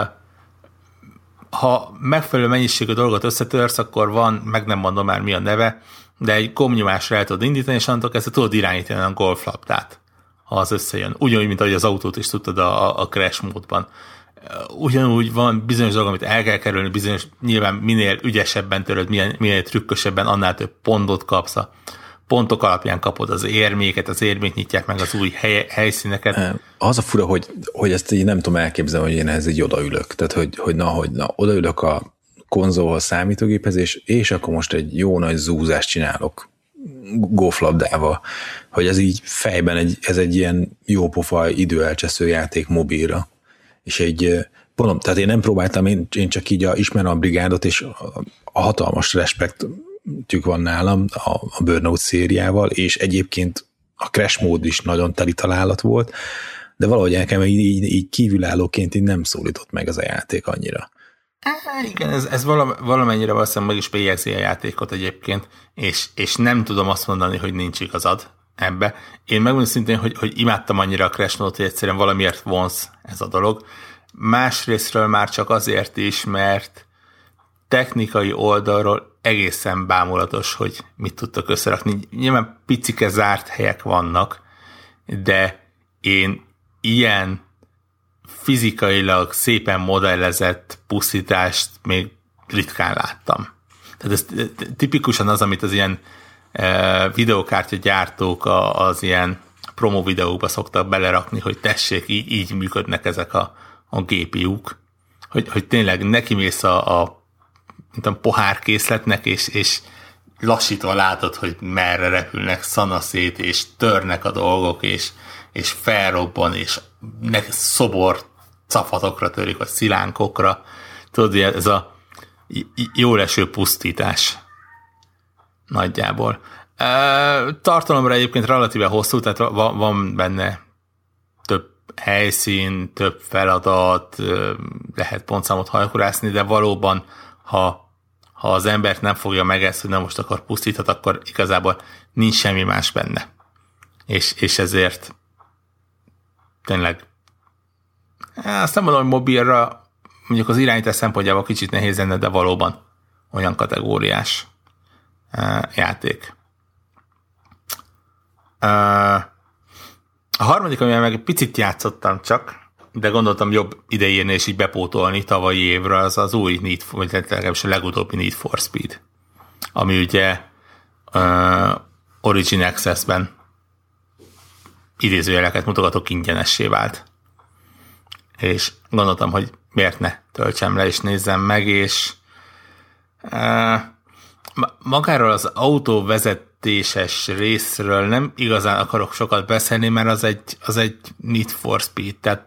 ha megfelelő mennyiségű dolgot összetörsz, akkor van, meg nem mondom már mi a neve, de egy gombnyomásra el tudod indítani, és annól kezdve tudod irányítani a golflabdát, ha az összejön. Ugyanúgy, mint ahogy az autót is tudtad a, a crash módban. Ugyanúgy van bizonyos dolog, amit el kell kerülni, bizonyos, nyilván minél ügyesebben töröd, minél, minél trükkösebben, annál több pontot kapsz. A pontok alapján kapod az érméket, az érmék nyitják meg az új hely, helyszíneket. Az a fura, hogy, hogy ezt így nem tudom elképzelni, hogy én ehhez így odaülök. Tehát, hogy, hogy na, hogy na, odaülök a konzolhoz, számítógéphez, és, és akkor most egy jó nagy zúzást csinálok golflabdával, hogy ez így fejben egy, ez egy ilyen jópofa időelcsesző játék mobilra. És egy, mondom, tehát én nem próbáltam, én, én csak így a, ismerem a brigádot, és a, a hatalmas respektjük van nálam a, a Burnout szériával, és egyébként a crash mód is nagyon teli találat volt, de valahogy nekem így, így, így kívülállóként így nem szólított meg az a játék annyira. Igen, ez, ez valamennyire valószínűleg meg is bélyegzi a játékot egyébként, és, és nem tudom azt mondani, hogy nincs igazad ebbe. Én megmondom szintén, hogy, hogy imádtam annyira a Crash Note, hogy egyszerűen valamiért vonz ez a dolog. Másrésztről már csak azért is, mert technikai oldalról egészen bámulatos, hogy mit tudtak összerakni. Nyilván picike zárt helyek vannak, de én ilyen fizikailag szépen modellezett pusztítást még ritkán láttam. Tehát ez tipikusan az, amit az ilyen e, videokártya gyártók az ilyen promo videókba szoktak belerakni, hogy tessék, így, így működnek ezek a, a gé pé ú-k, hogy, hogy tényleg nekimész a, a tudom, pohárkészletnek, és, és lassítva látod, hogy merre repülnek szanaszét, és törnek a dolgok, és, és felrobban, és szobor cafatokra törik, vagy szilánkokra. Tudod, ez a jól eső pusztítás nagyjából. Tartalomra egyébként relatíve hosszú, tehát van benne több helyszín, több feladat, lehet pontszámot hajkurászni, de valóban, ha, ha az embert nem fogja meg ezt, hogy nem most akar pusztíthat, akkor igazából nincs semmi más benne. És, és ezért tényleg azt nem mondom, hogy mobilra mondjuk az irányítás szempontjából kicsit nehéz lenne, de valóban olyan kategóriás játék. A harmadik, amivel meg egy picit játszottam csak, de gondoltam jobb ideírni és így bepótolni tavalyi évre, az az új Need for, vagy legalábbis a legutóbbi Need for Speed, ami ugye uh, Origin Access-ben idézőjeleket mutogatok ingyenessé vált. És gondoltam, hogy miért ne töltsem le és nézzem meg, és uh, magáról az autóvezetéses részről nem igazán akarok sokat beszélni, mert az egy, az egy Need for Speed, tehát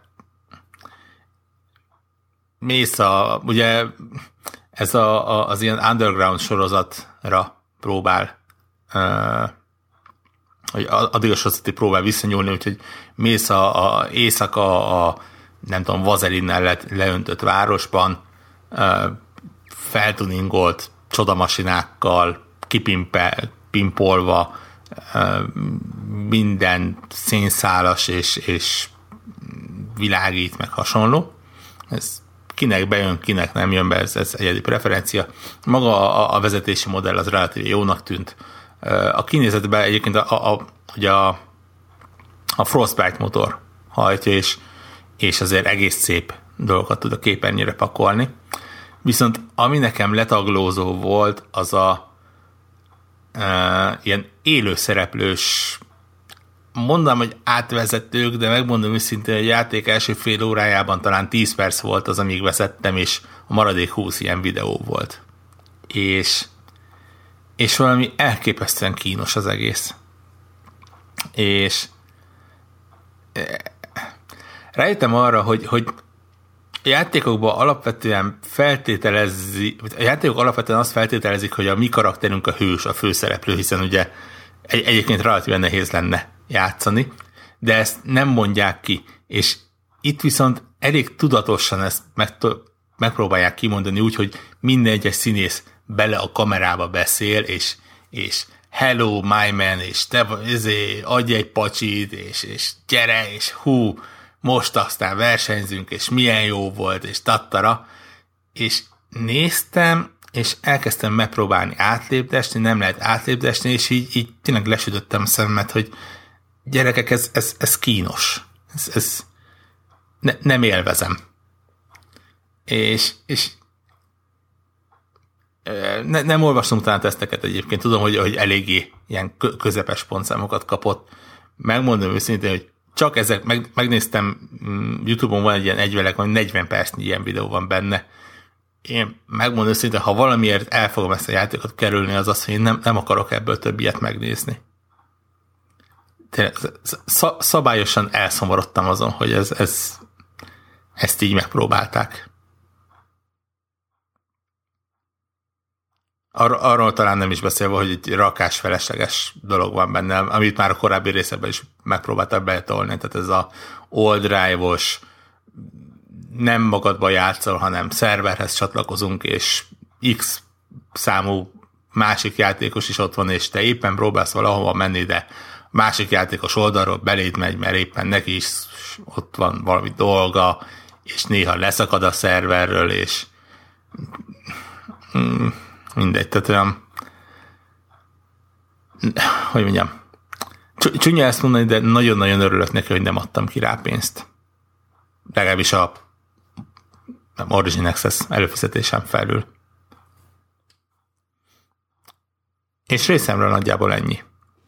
mész a, ugye ez a, a, az ilyen underground sorozatra próbál uh, hogy addig a sorozati próbál visszanyúlni, úgyhogy mész a, a éjszaka a nem tudom, vazelinnel le, leöntött városban, uh, feltuningolt csodamasinákkal, kipimpel, pimpolva, uh, minden szénszálas és, és világít, meg hasonló. Ez kinek bejön, kinek nem jön be, ez, ez egyedi preferencia. Maga a, a vezetési modell az relatív jónak tűnt. A kinézetben egyébként a, a, ugye a, a Frostbite motor hajtja, és, és azért egész szép dolgokat tud a képernyőre pakolni. Viszont ami nekem letaglózó volt, az a e, ilyen élőszereplős, mondom, hogy átvezetők, de megmondom őszintén, hogy a játék első fél órájában talán tíz perc volt az, amíg veszettem, és a maradék húsz ilyen videó volt. És, és valami elképesztően kínos az egész. És rájöttem arra, hogy, hogy a játékokban alapvetően feltételezi, a játékok alapvetően azt feltételezik, hogy a mi karakterünk a hős, a főszereplő, hiszen ugye egy, egyébként relatíven nehéz lenne játszani, de ezt nem mondják ki, és itt viszont elég tudatosan ezt meg, megpróbálják kimondani úgy, hogy minden egyes színész bele a kamerába beszél, és, és hello my man, és te ezé, adj egy pacsit, és, és gyere, és hú, most aztán versenyzünk, és milyen jó volt, és tattara, és néztem, és elkezdtem megpróbálni átlépdesni, nem lehet átlépdesni, és így, így tényleg lesütöttem szemmet, hogy gyerekek, ez, ez, ez kínos. Ez, ez ne, nem élvezem. És, és ne, nem olvastam utána teszteket egyébként, tudom, hogy, hogy eléggé ilyen közepes pontszámokat kapott. Megmondom őszintén, hogy csak ezek, meg, megnéztem, YouTube-on van egy ilyen egyveleg, vagy negyven percnyi ilyen videó van benne. Én megmondom őszintén, ha valamiért el fogom ezt a játékot kerülni, az az, hogy én nem, nem akarok ebből több ilyet megnézni. Tényleg, szabályosan elszomorodtam azon, hogy ez, ez, ezt így megpróbálták. Ar- arról talán nem is beszélve, hogy egy rakás felesleges dolog van benne, amit már a korábbi részekben is megpróbáltak beletolni, tehát ez a old drive-os, nem magadba játszol, hanem szerverhez csatlakozunk, és X számú másik játékos is ott van, és te éppen próbálsz valahova menni, de másik játékos oldalról beléd megy, mert éppen neki is ott van valami dolga, és néha leszakad a szerverről, és mindegy, tehát olyan, hogy mondjam, csúnya ezt mondani, de nagyon-nagyon örülök neki, hogy nem adtam ki rá pénzt. Legalábbis a Origin Access előfizetésem felül. És részemről nagyjából ennyi.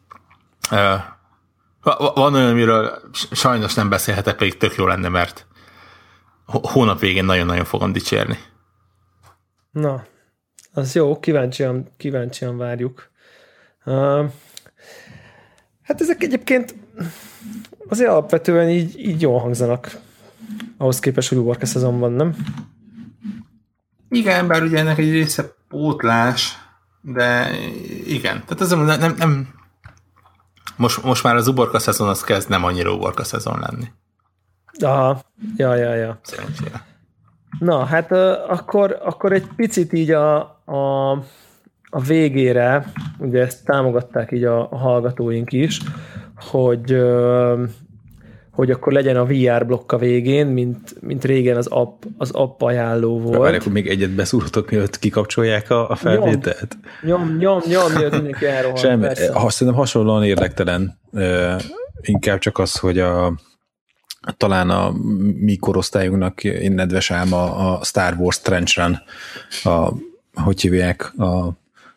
Van olyan, amiről sajnos nem beszélhetek, pedig tök jó lenne, mert hónap végén nagyon-nagyon fogom dicsérni. Na, az jó, kíváncsian, kíváncsian várjuk. Uh, hát ezek egyébként azért alapvetően így, így jól hangzanak ahhoz képest, hogy uborka szezon van, nem? Igen, bár ugye ennek egy része pótlás, de igen, tehát ez nem, nem, nem most, most már az uborka szezon az kezd nem annyira uborka szezon lenni. Aha, ja, ja, ja. Szerencsére. Na, hát uh, akkor, akkor egy picit így a, a, a végére, ugye ezt támogatták így a, a hallgatóink is, hogy, uh, hogy akkor legyen a vé er blokk a végén, mint, mint régen az app, az app ajánló volt. Várj, akkor még egyet beszúrhatok, mielőtt kikapcsolják a, a felvételt? Nyom, nyom, nyom, mielőtt mindenki elrohan. Semmi, szerintem hasonlóan érdektelen. Uh, inkább csak az, hogy a talán a mi korosztályunknak én nedves álma a Star Wars Trench Run, a, hogy hívják, a, a,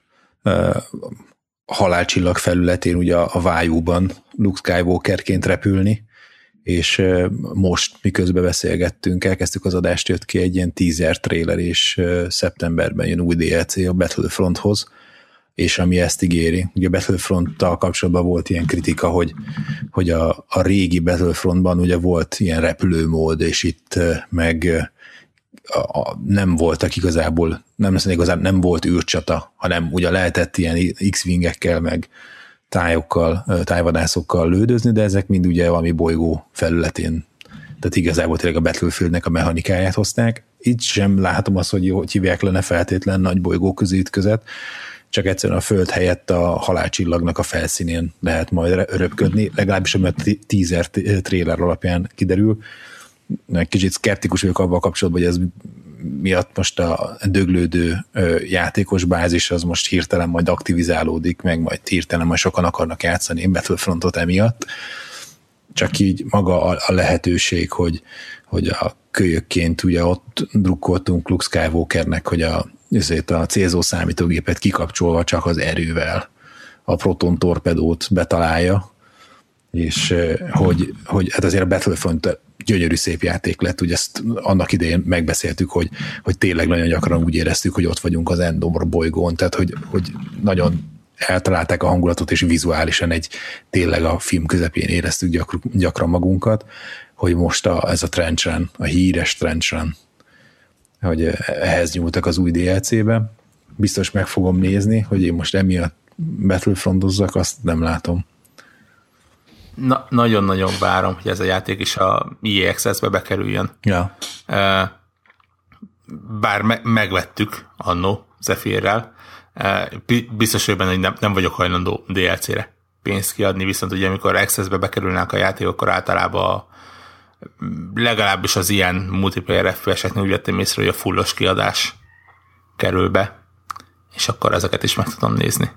a halálcsillag felületén, ugye a, a vájúban Luke Skywalkerként repülni, és most miközben beszélgettünk, elkezdtük az adást, jött ki egy ilyen teaser trailer, és szeptemberben jön új dé el cé a Battlefronthoz, és ami ezt ígéri. Ugye a Battlefronttal kapcsolatban volt ilyen kritika, hogy, hogy a, a régi Battlefrontban ugye volt ilyen repülőmód, és itt meg a, a, nem voltak igazából, nem igazából nem volt űrcsata, hanem ugye lehetett ilyen X-wingekkel, meg tájokkal, tájvadászokkal lődözni, de ezek mind ugye valami bolygó felületén, tehát igazából tényleg a Battlefieldnek a mechanikáját hozták. Itt sem látom azt, hogy hogy hívják lenne feltétlen nagy bolygó közé ütközet, csak egyszerűen a föld helyett a halálcsillagnak a felszínén lehet majd öröpködni, legalábbis ami a teaser trailer alapján kiderül. Kicsit szkeptikus vagyok avval kapcsolatban, hogy ez miatt most a döglődő játékos bázis az most hirtelen majd aktivizálódik, meg majd hirtelen majd sokan akarnak játszani Battlefrontot emiatt. Csak így maga a, a lehetőség, hogy, hogy a kölyökként ugye ott drukkoltunk Luke Skywalkernek, hogy a, azért a célzó számítógépet kikapcsolva csak az erővel a proton torpedót betalálja, és hogy, hogy hát azért a Battlefront gyönyörű szép játék lett, ugye ezt annak idején megbeszéltük, hogy, hogy tényleg nagyon gyakran úgy éreztük, hogy ott vagyunk az Endor bolygón, tehát hogy, hogy nagyon eltalálták a hangulatot, és vizuálisan egy tényleg a film közepén éreztük gyakran, gyakran magunkat, hogy most a, ez a Trench Run, a híres Trench Run, hogy ehhez nyúltak az új dé el cé-be. Biztos meg fogom nézni, hogy én most emiatt Battlefrontozzak, azt nem látom. Na, nagyon-nagyon várom, hogy ez a játék is a í á Access-be bekerüljön. Ja. Bár me- megvettük annó Zephyrrel, biztos, hogy benne, hogy nem, nem vagyok hajlandó dé el cé-re pénzt kiadni, viszont ugye amikor Access-be bekerülnek a játékok, akkor általában legalábbis az ilyen multiplayer ef pé es-eknél úgy vettem észre, hogy a fullos kiadás kerül be, és akkor ezeket is meg tudom nézni.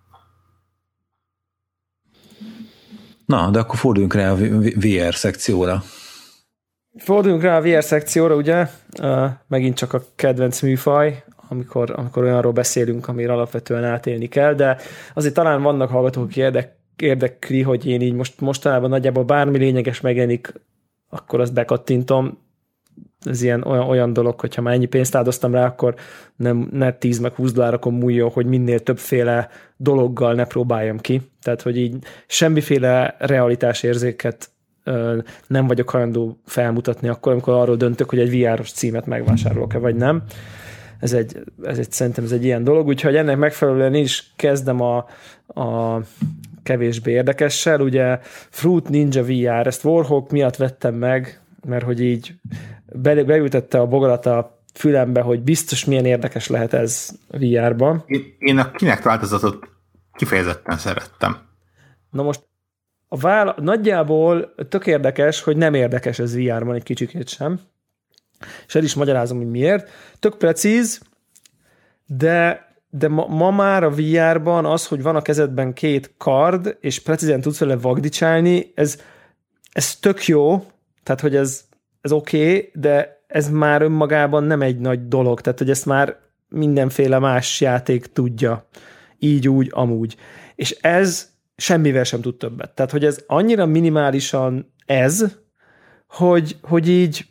Na, de akkor forduljunk rá a vé er szekcióra. Forduljunk rá a vé er szekcióra, ugye? Uh, megint csak a kedvenc műfaj, amikor, amikor olyanról beszélünk, amire alapvetően átélni kell, de azért talán vannak hallgatók, aki érdek, érdekli, hogy én így most mostanában nagyjából bármi lényeges megjelenik, akkor azt bekattintom. Ez ilyen olyan, olyan dolog, hogyha már ennyi pénzt áldoztam rá, akkor nem, ne tíz meg húsz dollárokon múljon, hogy minél többféle dologgal ne próbáljam ki. Tehát, hogy így semmiféle realitásérzéket ö, nem vagyok hajlandó felmutatni akkor, amikor arról döntök, hogy egy vé er-os címet megvásárolok-e, vagy nem. Ez egy, ez egy, szerintem ez egy ilyen dolog, úgyhogy ennek megfelelően is kezdem a, a kevésbé érdekessel. Ugye Fruit Ninja vé er, ezt Warhawk miatt vettem meg, mert hogy így be, beütette a bogarat a fülembe, hogy biztos milyen érdekes lehet ez vé er-ban. Én, én a Kinect változatot kifejezetten szerettem. Na most a vála- nagyjából tök érdekes, hogy nem érdekes ez vé er-ban egy kicsikét sem. És el is magyarázom, hogy miért. Tök precíz, de, de ma, ma már a vé er-ban az, hogy van a kezedben két kard, és precízen tudsz vele vagdicsálni, ez, ez tök jó, tehát hogy ez, ez oké, okay, de ez már önmagában nem egy nagy dolog, tehát hogy ezt már mindenféle más játék tudja. Így, úgy, amúgy. És ez semmivel sem tud többet. Tehát, hogy ez annyira minimálisan ez, hogy, hogy így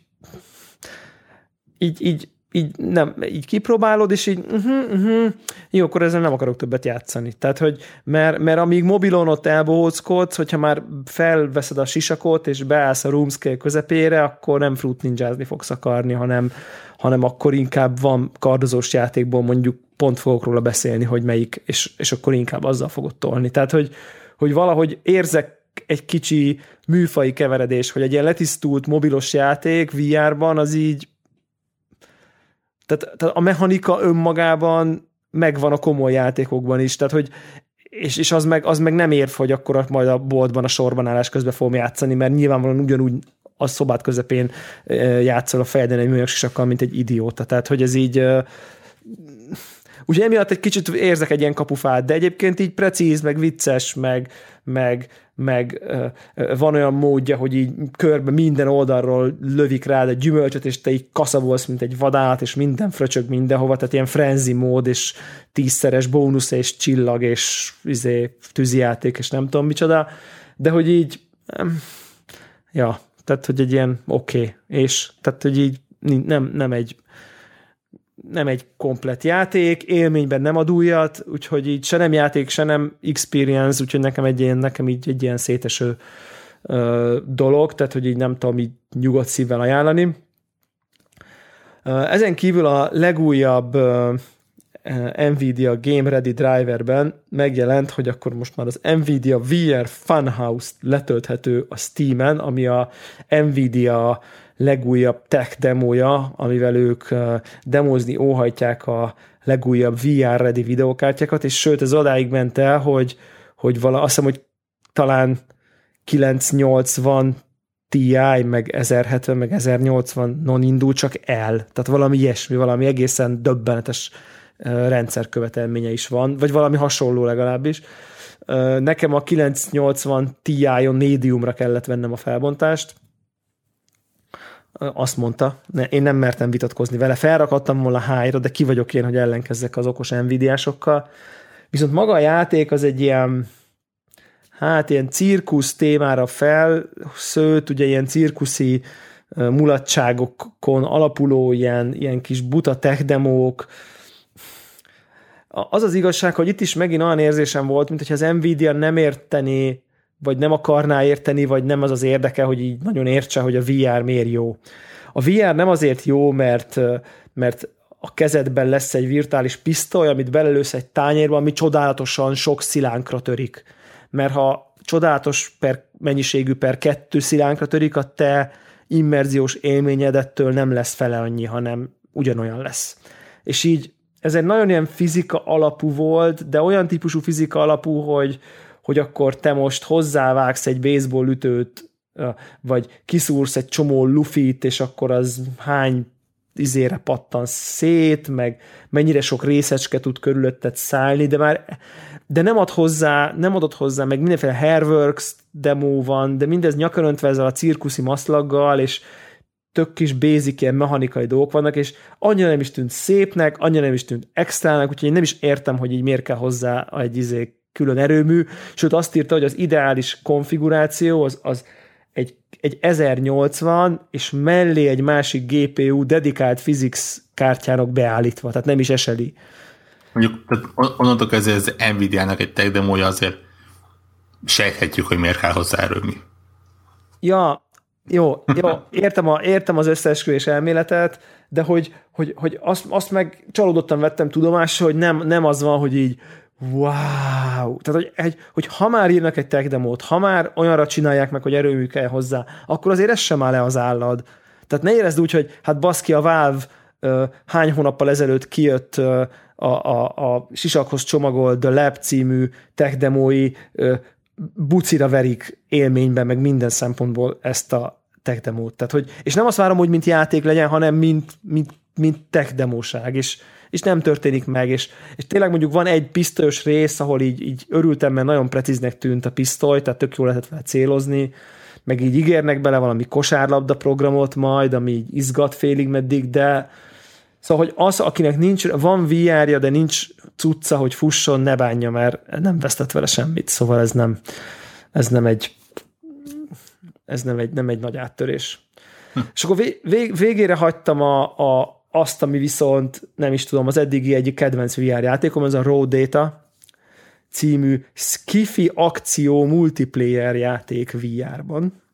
így, így, így, nem, így kipróbálod, és így uh-huh, uh-huh, jó, akkor ezzel nem akarok többet játszani. Tehát, hogy mert, mert amíg mobilon ott elbohóckodsz, hogyha már felveszed a sisakot, és beállsz a roomscale közepére, akkor nem Fruit Ninjázni fogsz akarni, hanem, hanem akkor inkább van kardozós játékból, mondjuk pont fogok róla beszélni, hogy melyik, és, és akkor inkább azzal fogod tolni. Tehát, hogy, hogy valahogy érzek egy kicsi műfai keveredés, hogy egy ilyen letisztult mobilos játék vé er-ban az így Tehát, tehát a mechanika önmagában megvan a komoly játékokban is, tehát hogy, és, és az, meg, az meg nem érv, hogy akkor majd a boltban a sorban állás közben fogom játszani, mert nyilvánvalóan ugyanúgy a szobát közepén játszol a fejeden egy műanyag sisakkal, mint egy idióta. Tehát, hogy ez így ugye emiatt egy kicsit érzek egy ilyen kapufát, de egyébként így precíz, meg vicces, meg, meg, meg van olyan módja, hogy így körbe minden oldalról lövik rád a gyümölcsöt, és te így kaszabolsz, mint egy vadállat, és minden fröcsög mindenhova, tehát ilyen frenzi mód, és tízszeres bónusz, és csillag, és izé, tűzijáték, és nem tudom micsoda, de hogy így ja, tehát, hogy egy ilyen oké, okay. És tehát, hogy így nem, nem egy nem egy komplett játék, élményben nem ad újat, úgyhogy így se nem játék, se nem experience, úgyhogy nekem egy ilyen, nekem így egy ilyen széteső ö, dolog, tehát hogy így nem tudom így nyugodt szívvel ajánlani. Ezen kívül a legújabb ö, Nvidia Game Ready driverben megjelent, hogy akkor most már az Nvidia vé er Funhouse letölthető a Steamen, ami a Nvidia legújabb tech demója, amivel ők demozni óhajtják a legújabb vé er ready videókártyákat, és sőt, ez odáig ment el, hogy, hogy vala, azt hiszem, hogy talán kilencszáznyolcvan Ti, meg ezerhetven, meg ezernyolcvanon indul csak el. Tehát valami ilyesmi, valami egészen döbbenetes rendszerkövetelménye is van, vagy valami hasonló legalábbis. Nekem a kilencszáznyolcvan Ti-on nédiumra kellett vennem a felbontást. Azt mondta. Én nem mertem vitatkozni vele. Felrakadtam volna high-ra, de ki vagyok én, hogy ellenkezzek az okos Nvidia-sokkal. Viszont maga a játék az egy ilyen hát ilyen cirkusz témára felszőtt, ugye ilyen cirkuszi mulatságokon alapuló ilyen, ilyen kis buta tech demók. Az az igazság, hogy itt is megint olyan érzésem volt, mint hogyha az Nvidia nem értené, vagy nem akarná érteni, vagy nem az az érdeke, hogy így nagyon értse, hogy a vé er miért jó. A vé er nem azért jó, mert, mert a kezedben lesz egy virtuális pisztoly, amit belelősz egy tányérba, ami csodálatosan sok szilánkra törik. Mert ha csodálatos per mennyiségű per kettő szilánkra törik, a te immerziós élményedettől nem lesz fele annyi, hanem ugyanolyan lesz. És így ez egy nagyon ilyen fizika alapú volt, de olyan típusú fizika alapú, hogy, hogy akkor te most hozzávágsz egy baseball ütőt, vagy kiszúrsz egy csomó lufit, és akkor az hány izére pattan szét, meg mennyire sok részecske tud körülötted szállni, de már de nem ad hozzá, nem adott hozzá, meg mindenféle Hairworks demo van, de mindez nyaköröntve ezzel a cirkuszi maszlaggal, és tök kis basic ilyen mechanikai dolgok vannak, és annyira nem is tűnt szépnek, annyira nem is tűnt extrának, úgyhogy én nem is értem, hogy így miért kell hozzá egy izé külön erőmű, sőt azt írta, hogy az ideális konfiguráció az, az egy, egy ezernyolcvan, és mellé egy másik gé pé u dedikált physics kártyának beállítva, tehát nem is eseli. Mondjuk, tehát onnantól kezdve az Nvidia-nak egy tech demója, azért sejthetjük, hogy miért kell hozzá erőmű. Ja, jó, jó értem, a, értem az összeesküvés elméletet, de hogy, hogy, hogy azt, azt meg csalódottan vettem tudomásra, hogy nem, nem az van, hogy így wow! Tehát, hogy, egy, hogy ha már írnak egy tech demót, ha már olyanra csinálják meg, hogy erőmű kell hozzá, akkor azért ez sem áll le az állad. Tehát ne érezd úgy, hogy hát baszki, a Valve uh, hány hónappal ezelőtt kijött uh, a, a, a sisakhoz csomagolt The Lab című tech demói uh, bucira verik élményben, meg minden szempontból ezt a tech demót. Tehát, hogy, és nem azt várom, hogy mint játék legyen, hanem mint, mint, mint tech demóság, és, és nem történik meg, és, és tényleg mondjuk van egy pisztolyos rész, ahol így, így örültem, mert nagyon precíznek tűnt a pisztoly, tehát tök jól lehetett vele célozni, meg így ígérnek bele valami kosárlabda programot majd, ami így izgat félig meddig, de szóval, hogy az, akinek nincs, van vé er-ja, de nincs cucca, hogy fusson, ne bánja, mert nem vesztett vele semmit, szóval ez nem, ez nem egy ez nem egy, nem egy nagy áttörés. Hm. És akkor vég, végére hagytam a, a, azt, ami viszont nem is tudom, az eddigi egyik kedvenc vé er játékom, ez a Raw Data című skifi akció multiplayer játék vé er-ban,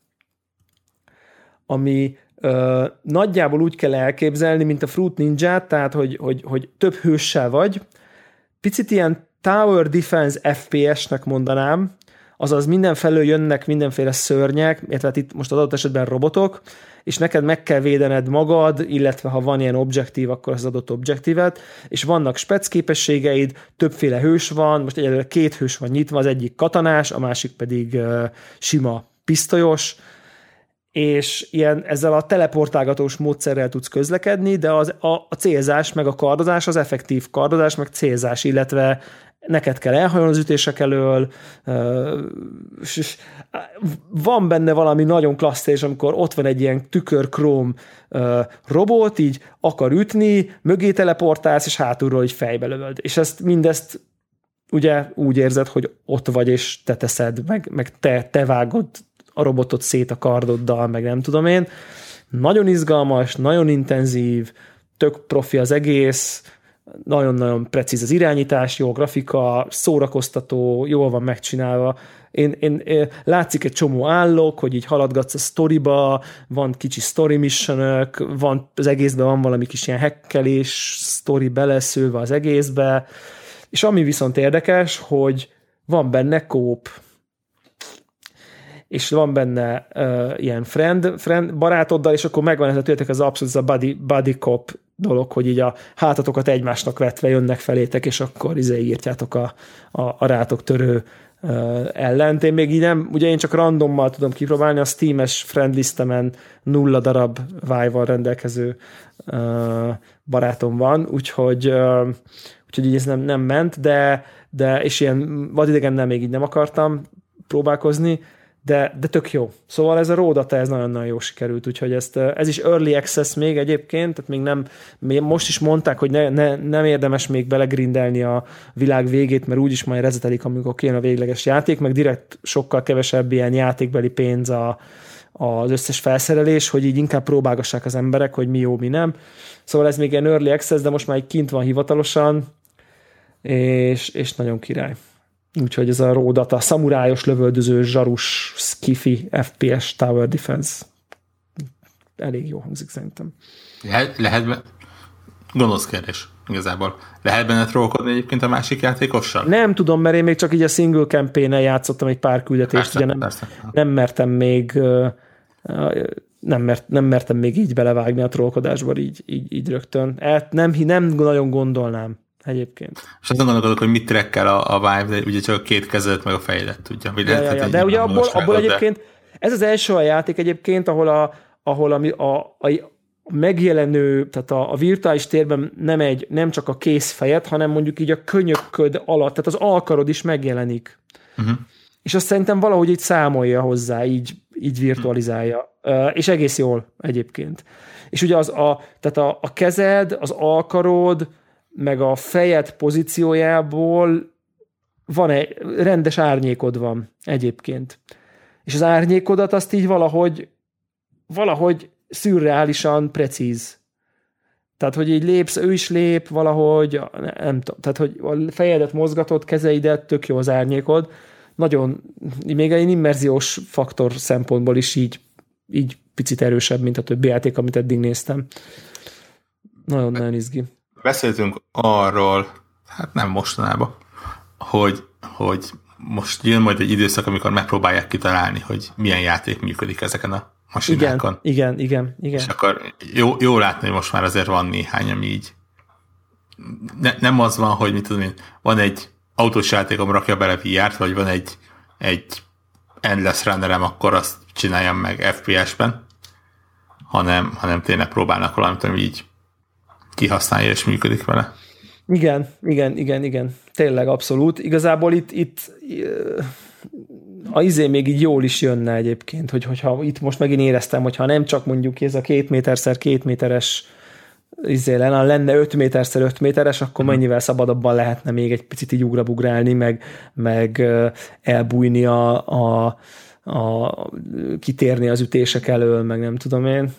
ami ö, nagyjából úgy kell elképzelni, mint a Fruit Ninja, tehát, hogy, hogy, hogy több hőssel vagy, picit ilyen Tower Defense ef pé es-nek mondanám, azaz mindenfelől jönnek mindenféle szörnyek, illetve itt most adott esetben robotok, és neked meg kell védened magad, illetve ha van ilyen objektív, akkor az adott objektívet, és vannak spec képességeid, többféle hős van, most egyelőre két hős van nyitva, az egyik katonás, a másik pedig uh, sima pisztolyos, és ilyen, ezzel a teleportálgatós módszerrel tudsz közlekedni, de az, a, a célzás meg a kardozás, az effektív kardozás meg célzás, illetve neked kell elhajolni az ütések elől, és van benne valami nagyon klasszis, amikor ott van egy ilyen tükörkróm robot, így akar ütni, mögé teleportálsz, és hátulról így fejbe lövöd. És ezt mindezt ugye úgy érzed, hogy ott vagy, és te teszed, meg, meg te, te vágod a robotot szét a kardoddal, meg nem tudom én. Nagyon izgalmas, nagyon intenzív, tök profi az egész, nagyon-nagyon precíz az irányítás, jó grafika, szórakoztató, jól van megcsinálva. Én, én, én látszik egy csomó állok, hogy így haladgatsz a sztoriba, van kicsi story missionök, van, az egészben van valami kis ilyen hekkelés sztori beleszülve az egészbe, és ami viszont érdekes, hogy van benne kóp, és van benne uh, ilyen friend, friend barátoddal, és akkor megvan ez a tőletek az abszolút az a buddy, buddy cop dolog, hogy így a hátatokat egymásnak vetve jönnek felétek, és akkor izé írtjátok a, a, a rátok törő ellent. Én még így nem, ugye én csak randommal tudom kipróbálni, a Steam-es friendlistemen nulla darab Vive-val rendelkező uh, barátom van, úgyhogy, uh, úgyhogy így ez nem, nem ment, de, de és ilyen vadidegennel még így nem akartam próbálkozni, de, de tök jó. Szóval ez a Raw Data, ez nagyon-nagyon jó sikerült, úgyhogy ezt, ez is early access még egyébként, tehát még nem, még most is mondták, hogy ne, ne, nem érdemes még belegrindelni a világ végét, mert úgyis majd rezetelik, amikor kijön a végleges játék, meg direkt sokkal kevesebb ilyen játékbeli pénz a, az összes felszerelés, hogy így inkább próbálgassák az emberek, hogy mi jó, mi nem. Szóval ez még ilyen early access, de most már így kint van hivatalosan, és, és nagyon király. Úgyhogy ez a Raw Data, szamurájos, lövöldöző, zsarus, skifi, ef pé es, Tower Defense. Elég jó hangzik szerintem. Lehet, lehet be... Gonosz kérdés, igazából. Lehet benne trollkodni egyébként a másik játékossal? Nem tudom, mert én még csak így a single campaign-en játszottam egy pár küldetést, persze, ugye nem, persze. nem mertem még nem, mert, nem mertem még így belevágni a trollkodásba így, így, így rögtön. Hát nem, nem nagyon gondolnám egyébként. És azon gondolkodok, hogy mit trekkel a, a Vive, de ugye csak a két kezedet meg a fejedet tudja. Ja, ja, ja. De ugye abból, abból de... egyébként, ez az első a játék egyébként, ahol a, ahol a, a, a, a megjelenő, tehát a, a virtuális térben nem, egy, nem csak a kézfejed, hanem mondjuk így a könyököd alatt, tehát az alkarod is megjelenik. Uh-huh. És azt szerintem valahogy így számolja hozzá, így, így virtualizálja. Uh, és egész jól egyébként. És ugye az a, tehát a, a kezed, az alkarod, meg a fejed pozíciójából van egy rendes árnyékod van egyébként. És az árnyékodat azt így valahogy valahogy szürreálisan precíz. Tehát, hogy így lépsz, ő is lép valahogy, nem tudom, tehát, hogy a fejedet mozgatod, kezeidet, tök jó az árnyékod. Nagyon, még egy immerziós faktor szempontból is így, így picit erősebb, mint a többi játék, amit eddig néztem. Nagyon-nagyon izgi. Beszéltünk arról, hát nem mostanában, hogy, hogy most jön majd egy időszak, amikor megpróbálják kitalálni, hogy milyen játék működik ezeken a masinákon. Igen, igen, igen. igen. És akkor jó, jó látni, hogy most már azért van néhány, ami így ne, nem az van, hogy mit tudom én, van egy autós játékom, rakja bele vé er-t, vagy van egy, egy endless runnerem, akkor azt csináljam meg ef pé es-ben, hanem, hanem tényleg próbálnak valamit, ami így kihasználja és működik vele. Igen, igen, igen, igen. Tényleg, abszolút. Igazából itt, itt a izé még így jól is jönne egyébként, hogy, hogyha itt most megint éreztem, hogyha nem csak mondjuk ez a két méterszer két méteres izé lenne, lenne öt méterszer öt méteres, akkor hmm. mennyivel szabadabban lehetne még egy picit így ugrabugrálni, meg, meg elbújni a, a, a kitérni az ütések elől, meg nem tudom én.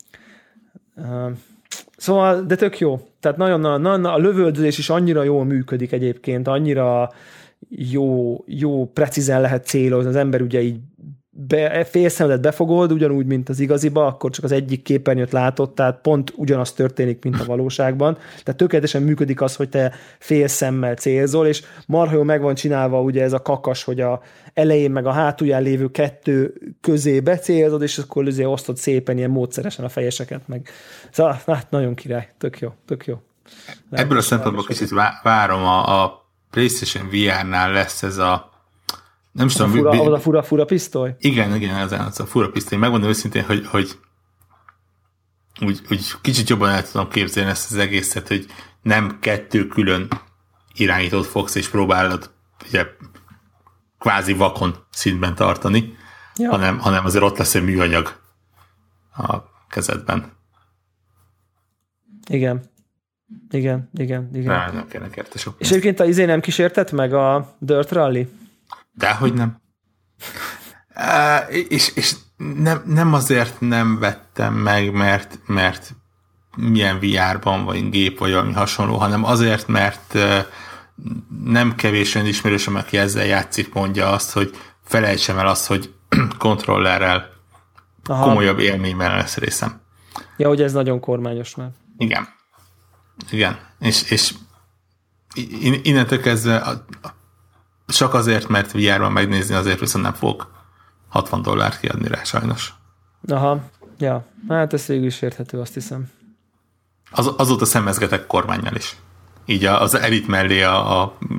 Szóval, de tök jó. Tehát nagyon, nagyon a lövöldözés is annyira jól működik egyébként, annyira jó, jó precízen lehet célozni. Az ember ugye így be, félszemedet befogod, ugyanúgy, mint az igaziba, akkor csak az egyik képernyőt látod, tehát pont ugyanaz történik, mint a valóságban. Tehát tökéletesen működik az, hogy te félszemmel célzol, és marha jól meg van csinálva ugye ez a kakas, hogy a elején meg a hátulján lévő kettő közé becélzod, és akkor azért osztod szépen ilyen módszeresen a fejeseket meg. Szóval, hát nagyon király, tök jó, tök jó. Lehet, ebből a szempontból kicsit várom a, a PlayStation vé er-nál lesz ez a nem is tudom, a fura, bi- az a fura, fura pisztoly? Igen, igen, az, az a fura pisztoly. Megmondom őszintén, hogy, hogy úgy, úgy kicsit jobban el tudom képzelni ezt az egészet, hogy nem kettő külön irányítót fogsz, és próbálod ugye kvázi vakon szintben tartani, ja. hanem, hanem azért ott lesz egy műanyag a kezedben. Igen. Igen, igen, igen. Rá, nem kérnek érte sok. És egyébként a izé nem kísértett meg a Dirt Rally? Dehogy nem. Uh, és és nem, nem azért nem vettem meg, mert, mert milyen vé er-ban, vagy gép, vagy valami hasonló, hanem azért, mert uh, nem kevés olyan ismerősöm, aki ezzel játszik, mondja azt, hogy felejtsem el azt, hogy kontrollerrel Aha. komolyabb élményben lesz részem. Ja, hogy ez nagyon kormányos már. Igen. Igen. És, és innentől kezdve csak azért, mert vé er-ben megnézni, azért viszont nem fogok hatvan dollárt kiadni rá, sajnos. Aha, ja. Hát ez végül is érthető, azt hiszem. Az, azóta szemezgetek kormánnyal is. Így az elit mellé a, a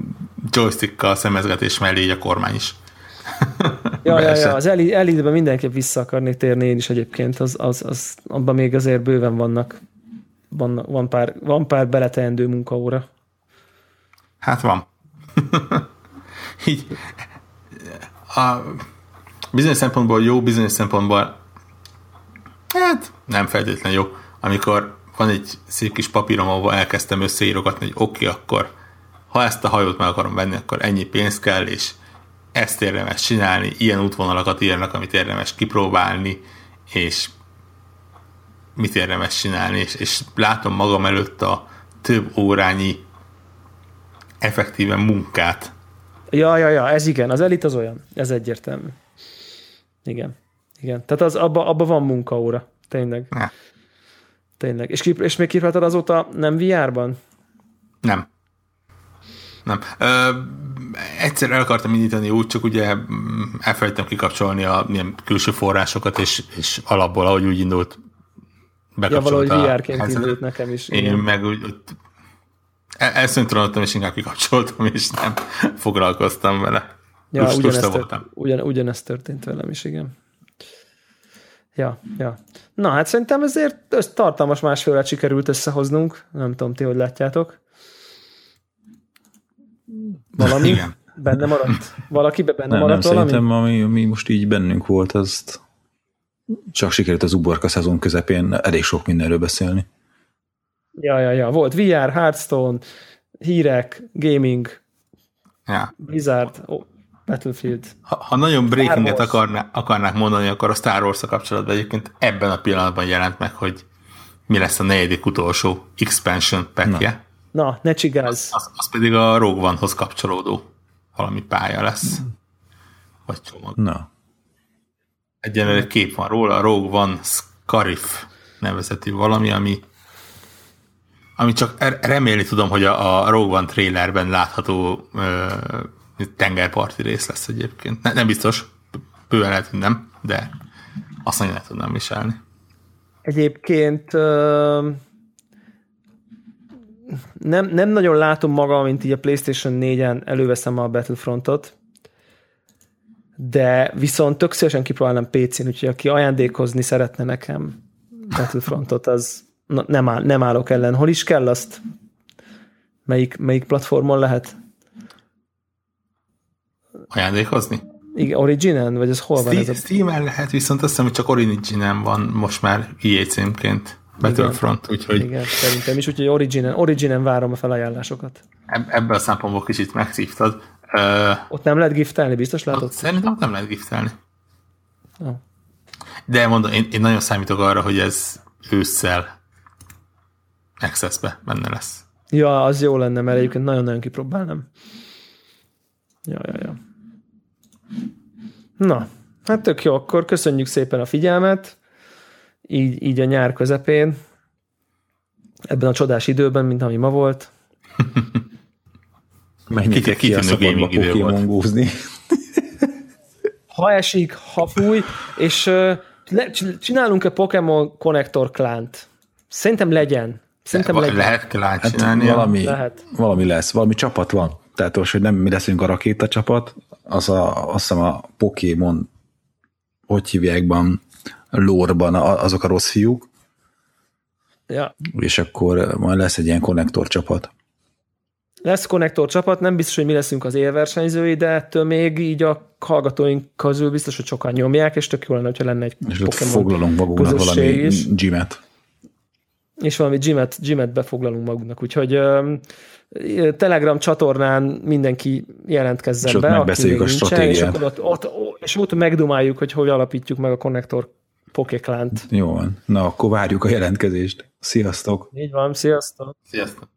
joystickkal szemezgetés mellé így a kormány is. Ja, ja, ja, az Elite-ben mindenképp vissza akarnék térni én is egyébként, az, az, az, abban még azért bőven vannak, van, van, pár, van pár beleteendő munkaóra. Hát van. Így a bizonyos szempontból jó, bizonyos szempontból hát nem feltétlenül jó. Amikor van egy szép kis papírom, ahol elkezdtem összeírogatni, hogy oké, okay, akkor ha ezt a hajót meg akarom venni, akkor ennyi pénz kell, és ezt érdemes csinálni, ilyen útvonalakat írnak, amit érdemes kipróbálni, és mit érdemes csinálni, és, és látom magam előtt a több órányi effektíven munkát. Ja, ja, ja, ez igen, az Elite az olyan, ez egyértelmű. Igen, igen. Tehát az, abba, abba van munkaóra, tényleg. Ne. Tényleg. És, és még kipróbáltad azóta nem vé er-ban? Nem. Nem. Ö, egyszer el akartam indítani úgy, csak ugye elfelejtettem kikapcsolni a ilyen külső forrásokat, és, és alapból, ahogy úgy indult, bekapcsolta. Ja, valahogy vé er-ként indult nekem is. Én igen. Meg úgy el, elszinkronodtam, és inkább kikapcsoltam, és nem foglalkoztam vele. Ja, Lust, ugyanezt, tört, ugyan, ugyanezt történt velem is, igen. Ja, ja. Na, hát szerintem ezért össz, tartalmas másfél órát sikerült összehoznunk. Nem tudom, ti hogy látjátok. Valami igen. Benne maradt? Valakibe benne nem, maradt nem, valami? Szerintem, ami, ami most így bennünk volt, azt csak sikerült az Uborka szezon közepén elég sok mindenről beszélni. Ja, ja, ja. Volt vé er, Hearthstone, hírek, gaming, ja. Blizzard, oh, Battlefield. Ha, ha nagyon breakinget akarná, akarnák mondani, akkor a Star Wars-a kapcsolatban egyébként ebben a pillanatban jelent meg, hogy mi lesz a negyedik utolsó expansion packje. Na, Na ne csigáz. Az, az, az pedig a Rogue One-hoz kapcsolódó valami pálya lesz. Vagy csomag. Na. Egyenlőre kép van róla, a Rogue One Scarif nevezetű valami, ami ami csak remélni tudom, hogy a, a Rogue One trailerben látható ö, tengerparti rész lesz egyébként. Ne, nem biztos, bőven lehet, hogy nem, de azt nagyon el tudnám viselni. Egyébként ö, nem, nem nagyon látom magam, mint így a PlayStation négyen előveszem a Battlefrontot, de viszont tök szívesen kipróbálnám pé cén, úgyhogy aki ajándékozni szeretne nekem Battlefrontot, az na, nem, áll, nem állok ellen. Hol is kell azt? Melyik, melyik platformon lehet? Ajándékozni? Igen, Originen? Vagy ez hol Steam, van? Ez a... Steam-en lehet, viszont azt hiszem, hogy csak Originen van most már é á címként Battlefront, úgyhogy... Igen, szerintem is, úgyhogy Originen, Originen várom a felajánlásokat. Eb- ebben a szempontból kicsit megszívtad. Uh, ott nem lehet giftelni, biztos látod? Szerintem nem lehet giftelni. Oh. De mondom, én, én nagyon számítok arra, hogy ez ősszel Access-be benne lesz. Ja, az jó lenne, mert egyébként nagyon-nagyon kipróbálnám. Ja, ja, ja. Na, hát tök jó, akkor köszönjük szépen a figyelmet, így, így a nyár közepén, ebben a csodás időben, mint ami ma volt. Menjétek ki a szabadba Pokémon-gózni. Ha esik, ha fúj, és uh, le, csinálunk-e Pokémon Connector klánt? Szerintem legyen. Szerintem Le, legyen. Lehet klánt csinálni. Hát valami, lehet. valami lesz, valami csapat van. Tehát most, hogy nem mi leszünk a rakéta csapat, az a, azt hiszem a Pokémon, hogy hívjákban, lore-ban azok a rossz fiúk. Ja. És akkor majd lesz egy ilyen konnektor csapat. Lesz konnektor csapat, nem biztos, hogy mi leszünk az élversenyzői, de ettől még így a hallgatóink közül biztos, hogy sokan nyomják, és tök jó lenne, hogyha lenne egy és Pokémon foglalunk magunknak valami gymet. És valami gymet, gymet befoglalunk magunknak, úgyhogy um, Telegram csatornán mindenki jelentkezzen és be. És ott megbeszéljük a stratégiát. És ott, ott, és ott megdumáljuk, hogy hogy alapítjuk meg a konnektor Pokéklánt. Jó van. Na, akkor várjuk a jelentkezést. Sziasztok! Így van, sziasztok! Sziasztok!